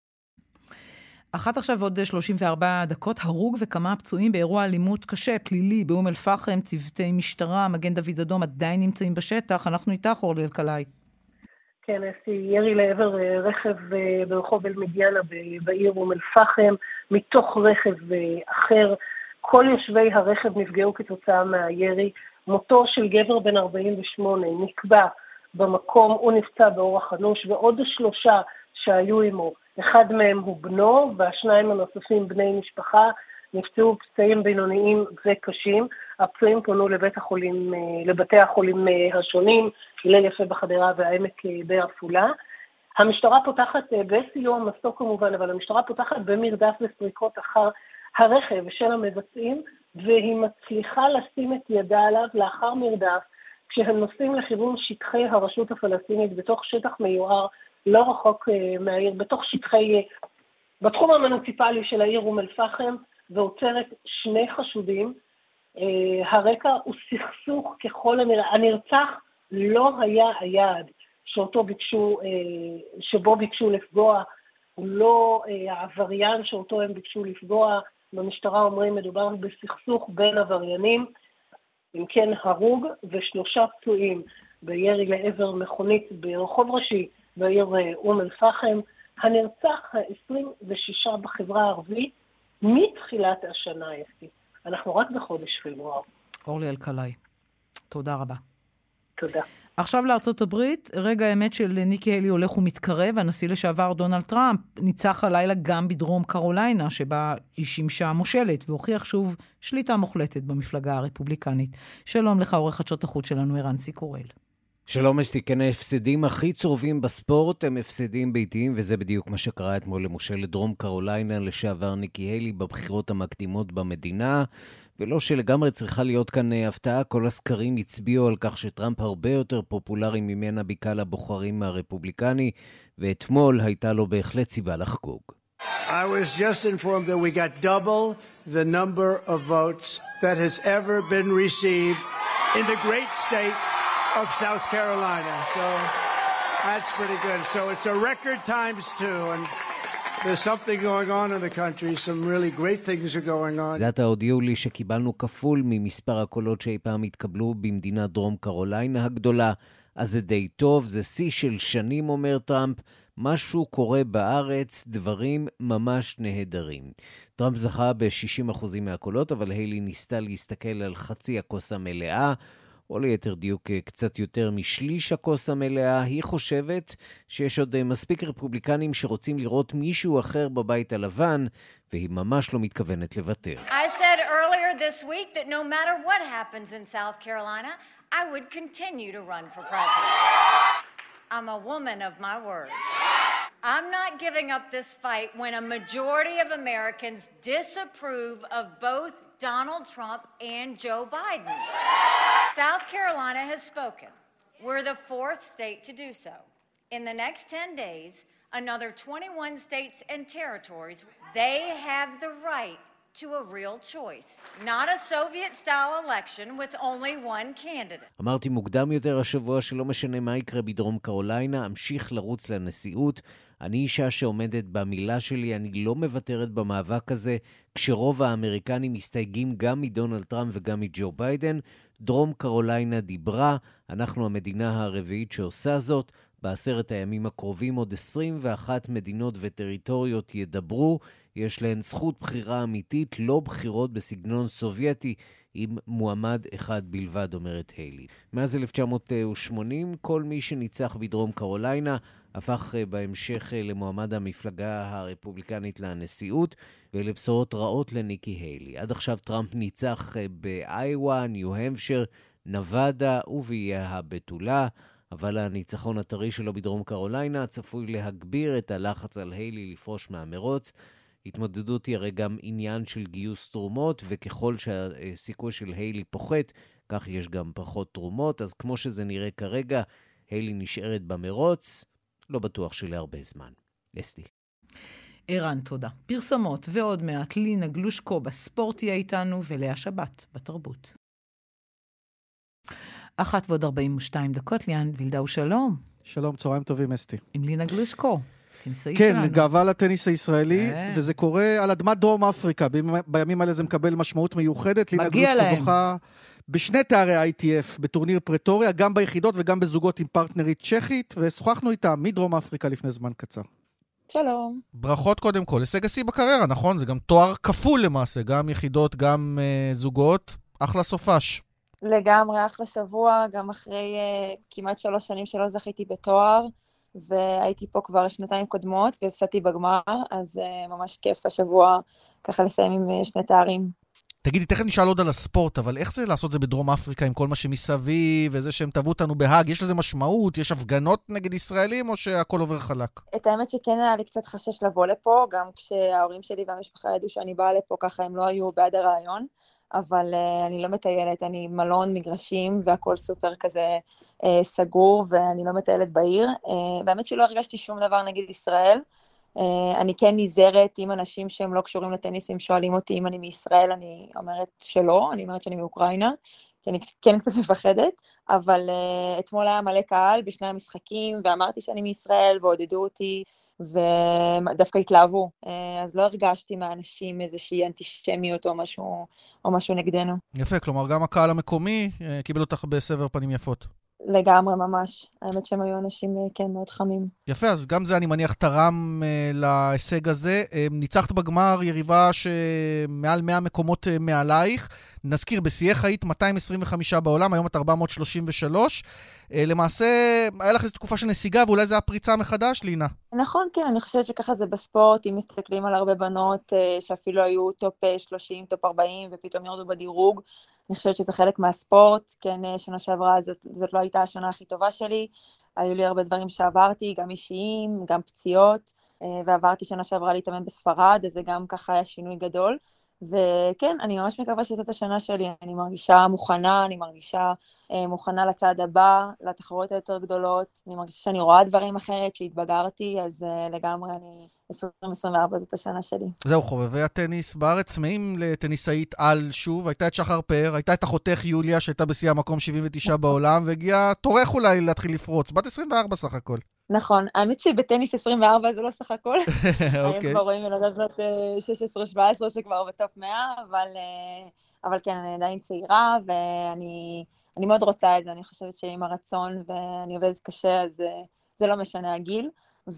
אחת עכשיו עוד שלושים וארבע דקות, הרוג וכמה פצועים באירוע אלימות קשה, פלילי, באום אל-פחם, צוותי משטרה, מגן דוד אדום עדיין נמצאים בשטח. אנחנו איתך, אורלי אלקלעי. כן, עשי ירי לעבר רכב ברחוב אל-מדיאנה בעיר אום אל-פחם, מתוך רכב אחר. כל יושבי הרכב נפגעו כתוצאה מהירי. מותו של גבר בן ארבעים ושמונה נקבע במקום, הוא נפצע באורח אנוש, ועוד שלושה שהיו עמו. אחד מהם הוא בנו, והשניים הנוספים בני משפחה, נפצעו פצעים בינוניים וקשים. הפצועים פונו לבית החולים, לבתי החולים השונים, הלל יפה בחדרה והעמק בעפולה. המשטרה פותחת בסיוע מסוק כמובן, אבל המשטרה פותחת במרדף וסריקות אחר הרכב של המבצעים, והיא מצליחה לשים את ידה עליו לאחר מרדף, כשהם נוסעים לכיוון שטחי הרשות הפלסטינית בתוך שטח מיוער, לא רחוק מהעיר, בתוך שטחי, בתחום המוניציפלי של העיר אום אל-פחם, ועוצרת שני חשודים. הרקע הוא סכסוך ככל הנראה. הנרצח לא היה היעד שאותו ביקשו, שבו ביקשו לפגוע הוא לא העבריין שאותו הם ביקשו לפגוע. במשטרה אומרים מדובר בסכסוך בין עבריינים, אם כן הרוג ושלושה פצועים בירי לעבר מכונית ברחוב ראשי בעיר אום אל-פחם. הנרצח ה-עשרים ושישה בחברה הערבית מתחילת השנה, אסתי. אנחנו רק בחודש פברואר. אורלי אלקלעי, תודה רבה. תודה. עכשיו לארצות הברית, רגע האמת של ניקי היילי הולך ומתקרב, הנשיא לשעבר דונלד טראמפ ניצח הלילה גם בדרום קרוליינה, שבה היא שימשה מושלת, והוכיח שוב שליטה מוחלטת במפלגה הרפובליקנית. שלום לך, עורך חדשות החוץ שלנו, ערן סיקורל. שלום אסתי, כן, ההפסדים הכי צורבים בספורט הם הפסדים ביתיים, וזה בדיוק מה שקרה אתמול למושלת דרום קרוליינה לשעבר ניקי היילי בבחירות המקדימות במדינה, ולא שלגמרי צריכה להיות כאן הפתעה, כל הסקרים הצביעו על כך שטראמפ הרבה יותר פופולרי ממנה בקהל הבוחרים הרפובליקני, ואתמול הייתה לו בהחלט סיבה לחגוג. I was just informed that we got double the number of votes that has ever been received in the great state of South Carolina. So that's pretty good. So it's a record times two, and there's something going on in the country. Some really great things are going on. זאת הודיעו לי שקיבלנו כפול ממספר הקולות שאי פעם התקבלו במדינת דרום קרוליינה הגדולה. אז זה די טוב, זה שיא של שנים, אומר טראמפ. משהו קורה בארץ, דברים ממש נהדרים. טראמפ זכה ב-שישים אחוז מהקולות, אבל היילי ניסתה להסתכל על חצי הכוס המלאה, או ליתר דיוק קצת יותר משליש הכוס המלאה. היא חושבת שיש עוד מספיק רפובליקנים שרוצים לראות מישהו אחר בבית הלבן, והיא ממש לא מתכוונת לוותר. I said earlier this week that no matter what happens in South Carolina, I would continue to run for president. I'm a woman of my word. I'm not giving up this fight when a majority of Americans disapprove of both Donald Trump and Joe Biden. South Carolina has spoken. We're the fourth state to do so. In the next ten days, another twenty-one states and territories, they have the right to a real choice. Not a Soviet-style election with only one candidate. אמרתי מוקדם יותר השבוע שלא משנה מה יקרה בדרום קרוליינה, אמשיך לרוץ לנשיאות. אני אישה שעומדת במילה שלי, אני לא מוותרת במאבק הזה, כשרוב האמריקנים מסתייגים גם מדונלד טראמפ וגם מג'ו ביידן. דרום קרוליינה דיברה, אנחנו המדינה הרביעית שעושה זאת. בעשרת הימים הקרובים עוד עשרים ואחת מדינות וטריטוריות ידברו, יש להן זכות בחירה אמיתית, לא בחירות בסגנון סובייטי, עם מועמד אחד בלבד, אומרת היילי. מאז אלף תשע מאות שמונים, כל מי שניצח בדרום קרוליינה הפך בהמשך למועמד המפלגה הרפובליקנית לנשיאות, ולבשורות רעות לניקי היילי. עד עכשיו טראמפ ניצח באיווה, ניו-המפשר, נבדה ובאיי הבתולה, אבל הניצחון הטרי שלו בדרום קרוליינה צפוי להגביר את הלחץ על היילי לפרוש מהמרוץ. התמודדות היא הרי גם עניין של גיוס תרומות, וככל שהסיכוי של היילי פוחת, כך יש גם פחות תרומות, אז כמו שזה נראה כרגע, היילי נשארת במרוץ, לא בטוח שלהרבה זמן. אסתי. ערן, תודה. פרסמות ועוד מעט, לינה גלושקו בספורט יהיה איתנו, ולאה שבת בתרבות. אחת ועוד ארבעים ושתיים דקות, ליאן וילדאו, שלום. שלום, צהריים טובים, אסתי. עם לינה גלושקו. כן, גאווה לטניס הישראלי, וזה קורה על אדמת דרום אפריקה. בימים האלה זה מקבל משמעות מיוחדת. לינה גלושקו זוכה בשני תארי איי טי אף בטורניר פרטוריה, גם ביחידות וגם בזוגות עם פרטנרית צ'כית, ושוחחנו איתה מדרום אפריקה לפני זמן קצר. שלום. ברכות קודם כל, הישג השיא בקריירה, נכון? זה גם תואר כפול למעשה, גם יחידות, גם uh, זוגות. אחלה סופש. לגמרי, אחלה שבוע, גם אחרי uh, כמעט שלוש שנים שלא זכיתי בתואר, והייתי פה כבר שנתיים קודמות, והפסדתי בגמר, אז uh, ממש כיף השבוע ככה לסיים עם uh, שני תארים. תגידי, תכף נשאל עוד על הספורט, אבל איך זה לעשות זה בדרום אפריקה עם כל מה שמסביב, וזה שהם תבעו אותנו בהאג? יש לזה משמעות? יש הפגנות נגד ישראלים, או שהכל עובר חלק? את האמת שכן היה לי קצת חשש לבוא לפה, גם כשההורים שלי והמשפחה ידעו שאני באה לפה, ככה הם לא היו בעד הרעיון, אבל uh, אני לא מטיילת, אני מלון, מגרשים, והכל סופר כזה uh, סגור, ואני לא מטיילת בעיר. Uh, באמת שלא הרגשתי שום דבר נגד ישראל, Uh, אני כן נזהרת עם אנשים שהם לא קשורים לטניס, הם שואלים אותי אם אני מישראל, אני אומרת שלא, אני אומרת שאני מאוקראינה, כי אני כן קצת מפחדת, אבל uh, אתמול היה מלא קהל בשני המשחקים, ואמרתי שאני מישראל, ועודדו אותי, ודווקא התלהבו. אז לא הרגשתי מהאנשים איזושהי אנטישמיות או משהו, או משהו נגדנו. יפה, כלומר גם הקהל המקומי קיבל אותך בסבר פנים יפות. לגמרי ממש. האמת שהם היו אנשים, כן, מאוד חמים. יפה, אז גם זה אני מניח תרם uh, להישג הזה. Uh, ניצחת בגמר יריבה שמעל מאה מקומות uh, מעלייך. נזכיר, בשיאך היית מאתיים עשרים וחמישה בעולם, היום את ארבע מאות שלושים ושלוש. Uh, למעשה, היה לך איזו תקופה של נסיגה, ואולי זה הפריצה מחדש, לינה. נכון, כן, אני חושבת שככה זה בספורט, אם מסתכלים על הרבה בנות uh, שאפילו היו טופ שלושים, טופ ארבעים, ופתאום ירדו בדירוג, אני חושבת שזה חלק מהספורט, כן, שנה שעברה, זאת, זאת לא הייתה השנה הכי טובה שלי, היו לי הרבה דברים שעברתי, גם אישיים, גם פציעות, ועברתי שנה שעברה להתאמן בספרד, אז זה גם ככה היה שינוי גדול, וכן, אני ממש מקווה שזאת השנה שלי, אני מרגישה מוכנה, אני מרגישה מוכנה לצעד הבא, לתחרויות היותר גדולות, אני מרגישה שאני רואה דברים אחרת, שהתבגרתי, אז לגמרי אני עשרים עשרים וארבע זאת השנה שלי. זהו, חובבי הטניס בארץ צמאים לטניסאית על שוב, הייתה את שחר פאר, הייתה את אחותך יוליה שהייתה בשיא המקום שבעים ותשע בעולם, והגיע תורך אולי להתחיל לפרוץ, בת עשרים וארבע סך הכל. נכון, האמת שבטניס עשרים וארבע זה לא סך הכל. אוקיי. כבר רואים ילדות זאת שש עשרה שבע עשרה שכבר בטופ מאה, אבל, אבל כן, אני עדיין צעירה, ואני אני מאוד רוצה את זה, אני חושבת שעם הרצון, ואני עובדת קשה, אז זה לא משנה הגיל.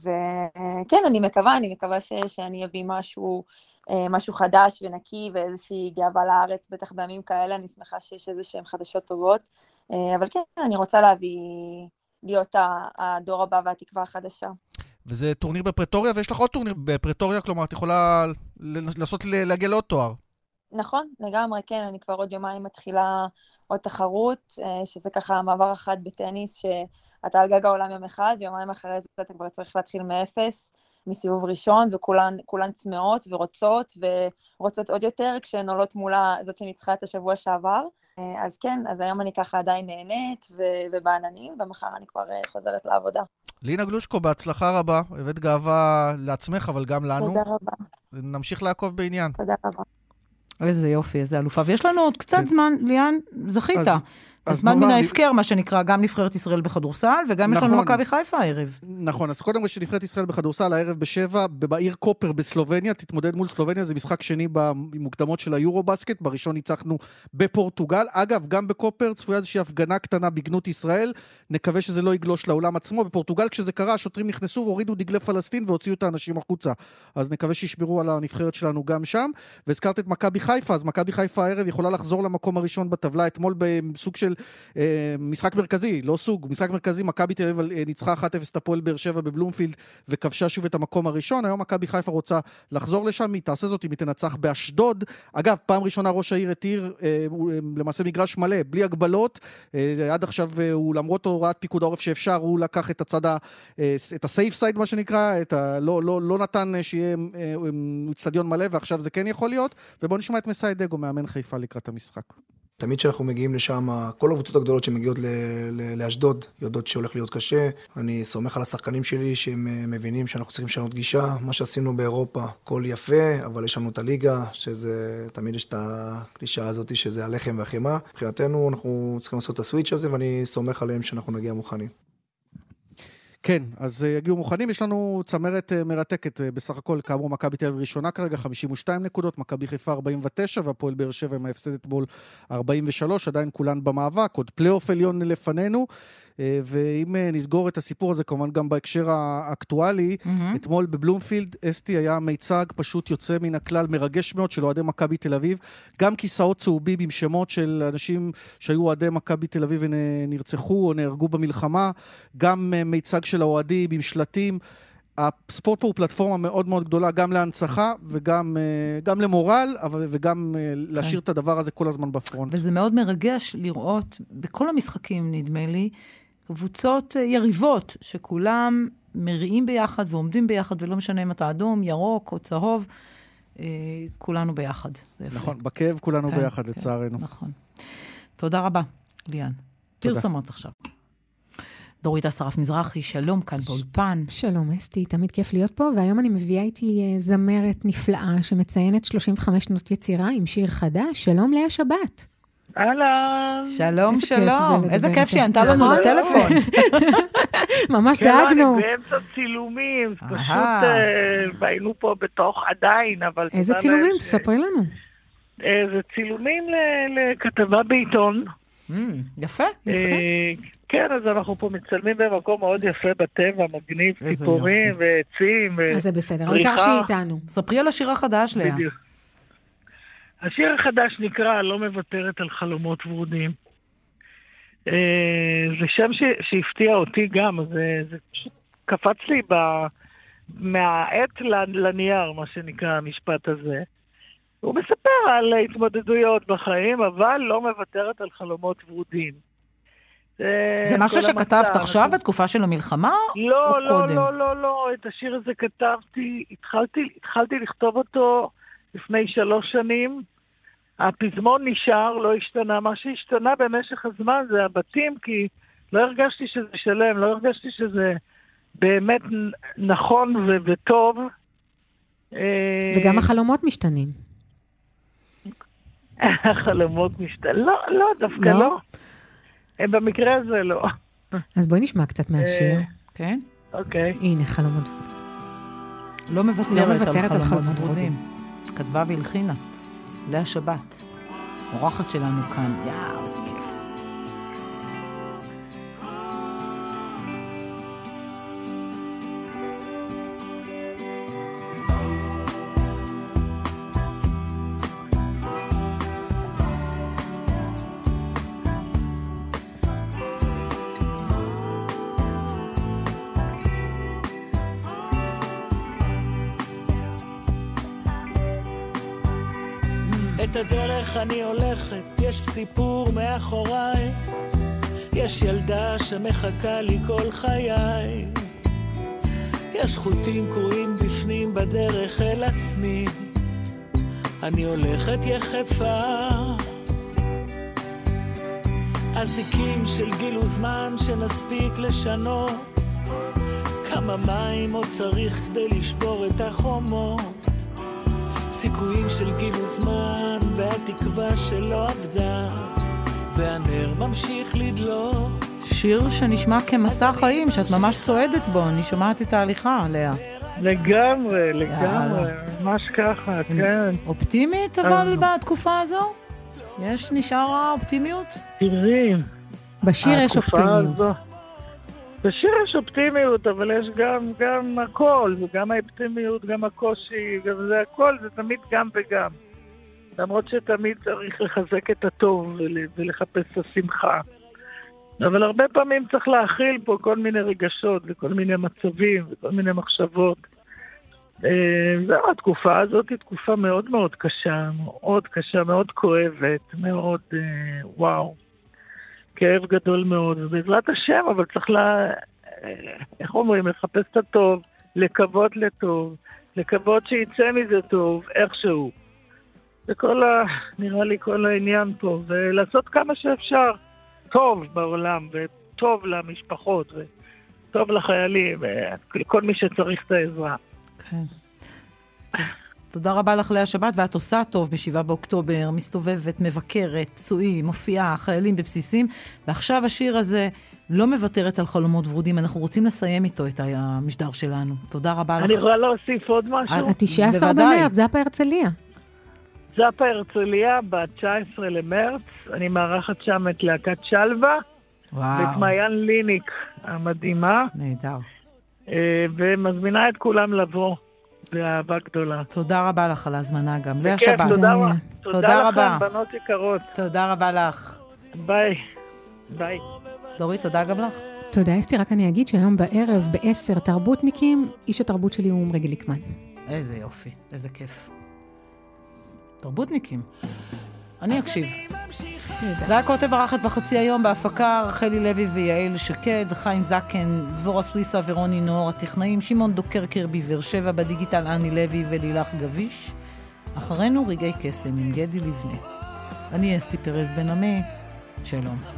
וכן, אני מקווה, אני מקווה ש, שאני אביא משהו, משהו חדש ונקי, ואיזושהי גאווה לארץ, בטח בימים כאלה, אני שמחה שיש איזשהם חדשות טובות, אבל כן, אני רוצה להביא, להיות הדור הבא והתקווה החדשה. וזה טורניר בפרטוריה, ויש לך עוד טורניר בפרטוריה, כלומר, את יכולה לעשות, להגיע לעוד תואר. נכון, לגמרי, כן, אני כבר עוד יומיים מתחילה עוד תחרות, שזה ככה המעבר אחד בטניס, שאתה על גג העולם יום אחד, ויומיים אחרי זה אתה כבר צריך להתחיל מאפס, מסיבוב ראשון, וכולן כולן צמאות ורוצות, ורוצות עוד יותר, כשהן עולות מולה זאת שניצחה את השבוע שעבר. אז כן, אז היום אני ככה עדיין נהנית ובעננים, ומחר אני כבר חוזרת לעבודה. לינה גלושקו, בהצלחה רבה, הבאת גאווה לעצמך, אבל גם לנו. תודה רבה. נמשיך לעקוב בעניין. תודה רבה. איזה יופי, איזה אלופה. ויש לנו עוד קצת זמן, ליאן, זכית. הזמן מן ההפקר, מה שנקרא, גם נבחרת ישראל בכדורסל, וגם יש לנו מכבי חיפה הערב. נכון, אז קודם כל שנבחרת ישראל בכדורסל, הערב בשבע, בעיר קופר בסלובניה, תתמודד מול סלובניה, זה משחק שני במוקדמות של היורו-בסקט, בראשון ניצחנו בפורטוגל. אגב, גם בקופר צפויה איזושהי הפגנה קטנה בגנות ישראל, נקווה שזה לא יגלוש לעולם עצמו. בפורטוגל, כשזה קרה, השוטרים נכנסו והורידו דגלי פלסטין והוציאו את האנשים החוצה. אז נקווה שישמרו על הנבחרת שלנו גם שם. והזכרת את מכבי חיפה, אז מכבי חיפה הערב יכולה לחזור למקום הראשון בטבלה, אתמול בסוג של אה, משחק מרכזי, לא סוג, משחק מרכזי, מכבי תל אביב אה, ניצחה אחת אפס את הפועל באר שבע בבלומפילד וכבשה שוב את המקום הראשון. היום מכבי חיפה רוצה לחזור לשם, היא תעשה זאת אם היא תנצח באשדוד. אגב, פעם ראשונה ראש העיר התיר אה, למעשה מגרש מלא, בלי הגבלות. אה, עד עכשיו אה, הוא למרות הוראת פיקוד העורף שאפשר, הוא לקח את הצד ה, אה, את הסייף סייד מה שנקרא, את ה, לא, לא, לא נתן שיהיה אה, אצטדיון מלא, ועכשיו זה כן יכול להיות. ובואו נשמע את מסי דגו, מאמן חיפה לקראת המשחק. תמיד שאנחנו מגיעים לשם, כל הקבוצות הגדולות שמגיעות לאשדוד יודעות שהולך להיות קשה. אני סומך על השחקנים שלי שהם מבינים שאנחנו צריכים לשנות גישה. מה שעשינו באירופה, הכל יפה, אבל יש לנו את הליגה, שזה תמיד יש את הקלישה הזאת שזה הלחם והחימה. מבחינתנו אנחנו צריכים לעשות את הסוויץ' הזה, ואני סומך עליהם שאנחנו נגיע מוכנים. כן, אז יגיעו מוכנים, יש לנו צמרת מרתקת, בסך הכל כאמור מכבי תל אביב ראשונה כרגע, חמישים ושתיים נקודות, מכבי חיפה ארבעים ותשע, והפועל באר שבע עם ההפסדת בול ארבעים ושלוש, עדיין כולן במאבק, עוד פלייאוף עליון לפנינו, ואם נסגור את הסיפור הזה, כמובן גם בהקשר האקטואלי, mm-hmm. אתמול בבלומפילד, אסתי היה מיצג פשוט יוצא מן הכלל, מרגש מאוד של אוהדי מכבי תל אביב, גם כיסאות צהובים עם שמות של אנשים שהיו אוהדי מכבי תל אביב ונרצחו או נהרגו במלחמה, גם מיצג של האוהדים עם שלטים. הספורט פה הוא פלטפורמה מאוד מאוד גדולה, גם להנצחה וגם גם למורל, אבל וגם להשאיר את הדבר הזה כל הזמן בפרונט. וזה מאוד מרגש לראות בכל המשחקים, נדמה לי, קבוצות יריבות שכולם מריעים ביחד ועומדים ביחד, ולא משנה אם אתה אדום, ירוק או צהוב, כולנו ביחד. נכון, בכאב כולנו ביחד, לצערנו. נכון. תודה רבה, ליאן. פרסומות עכשיו. דורית אסרף מזרחי, שלום כאן באולפן. שלום אסתי, תמיד כיף להיות פה, והיום אני מביאה איתי זמרת נפלאה שמציינת שלושים וחמש שנות יצירה עם שיר חדש. שלום לאה שבת. אהלן. שלום, שלום. איזה כיף שהיא ענתה לנו לטלפון. ממש דאגנו. כן, באמצע צילומים, פשוט היינו פה בתוך עדיין, אבל... איזה צילומים? תספרי לנו. זה צילומים לכתבה בעיתון. יפה, יפה. כן, אז אנחנו פה מצלמים במקום מאוד יפה בטבע, מגניב, ציפורים ועצים. אז זה בסדר, העיקר שהיא איתנו. ספרי על השיר החדש, לאה. בדיוק. השיר החדש נקרא לא מוותרת על חלומות ורודים. זה שם שהפתיע אותי גם, זה פשוט קפץ לי מהעט לנייר, מה שנקרא המשפט הזה. הוא מספר על התמודדויות בחיים, אבל לא מוותרת על חלומות ורודים. זה משהו שכתבת עכשיו בתקופה של המלחמה? לא, לא, לא, לא, לא. את השיר הזה כתבתי, התחלתי לכתוב אותו לפני שלוש שנים. הפזמון נשאר, לא השתנה. מה שהשתנה במשך הזמן זה הבתים, כי לא הרגשתי שזה שלם, לא הרגשתי שזה באמת נכון וטוב. וגם החלומות משתנים. החלומות משתנים. לא, לא, דווקא לא. במקרה הזה לא. אז בואי נשמע קצת מהשיר. כן? אוקיי. הנה, חלומות. לא מוותרת על חלומות ורודים. כתבה והלחינה. לאה שבת. אורחת שלנו כאן. יאו, זה כיף. את הדרך אני הולכת, יש סיפור מאחוריי, יש ילדה שמחכה לי כל חיי, יש חוטים קרועים בפנים בדרך אל עצמי, אני הולכת יחפה, עזיקים של גיל וזמן שנספיק לשנות, כמה מים עוד צריך כדי לשבור את החומות, סיכויים של גיל וזמן והתקווה שלא עבדה והנר ממשיך לדלוק. שיר שנשמע כמסע חיים שאת ממש צועדת בו, אני שומעת את ההליכה, לאה. לגמרי, לגמרי, ממש ככה, כן. אופטימית אבל בתקופה הזו? יש נשאר האופטימיות? תראי, בשיר יש אופטימיות. בשיר יש אופטימיות, אבל יש גם, גם הכל, וגם האופטימיות, גם הקושי, גם זה הכל, זה תמיד גם וגם. למרות שתמיד צריך לחזק את הטוב ולחפש את השמחה. אבל הרבה פעמים צריך להכיל פה כל מיני רגשות וכל מיני מצבים וכל מיני מחשבות. זהו, התקופה הזאת היא תקופה מאוד מאוד קשה, מאוד קשה, מאוד כואבת, מאוד וואו. כאב גדול מאוד, ובעזרת השם, אבל צריך לה, איך אומרים, לחפש את הטוב, לקוות לטוב, לקוות שיצא מזה טוב, איכשהו. זה כל ה... נראה לי כל העניין פה, ולעשות כמה שאפשר טוב בעולם, וטוב למשפחות, וטוב לחיילים, ולכל מי שצריך את העזרה. כן. תודה רבה לך לאה שבת, ואת עושה טוב בשבעה באוקטובר, מסתובבת, מבקרת, פצועים, מופיעה, חיילים בבסיסים, ועכשיו השיר הזה לא מוותרת על חלומות ורודים, אנחנו רוצים לסיים איתו את המשדר שלנו. תודה רבה לך. אני יכולה להוסיף עוד משהו? ה-תשעה עשר במרץ, זאפה הרצליה. זאפה הרצליה, ב-תשעה עשר למרץ, אני מארחת שם את להקת שלווה, ואת מעיין ליניק המדהימה. נהדר. ומזמינה את כולם לבוא. באהבה גדולה. תודה רבה לך על ההזמנה גם. לאה שבת. תודה, תודה לכם, בנות יקרות. תודה רבה לך. ביי. ביי. דורית, תודה גם לך. תודה, אסתי, רק אני אגיד שהיום בערב בעשר תרבותניקים, איש התרבות שלי הוא רגל ליקמן. איזה יופי, איזה כיף. תרבותניקים. אני אקשיב. לאה קוטב ערכת בחצי היום בהפקה, רחלי לוי ויעל שקד, חיים זקן, דבורה סוויסה ורוני נור, הטכנאים, שמעון דוקרקר בבאר שבע, בדיגיטל אני לוי ולילך גביש. אחרינו רגעי קסם עם גדי לבנה. אני אסתי פרז בן עמי, שלום.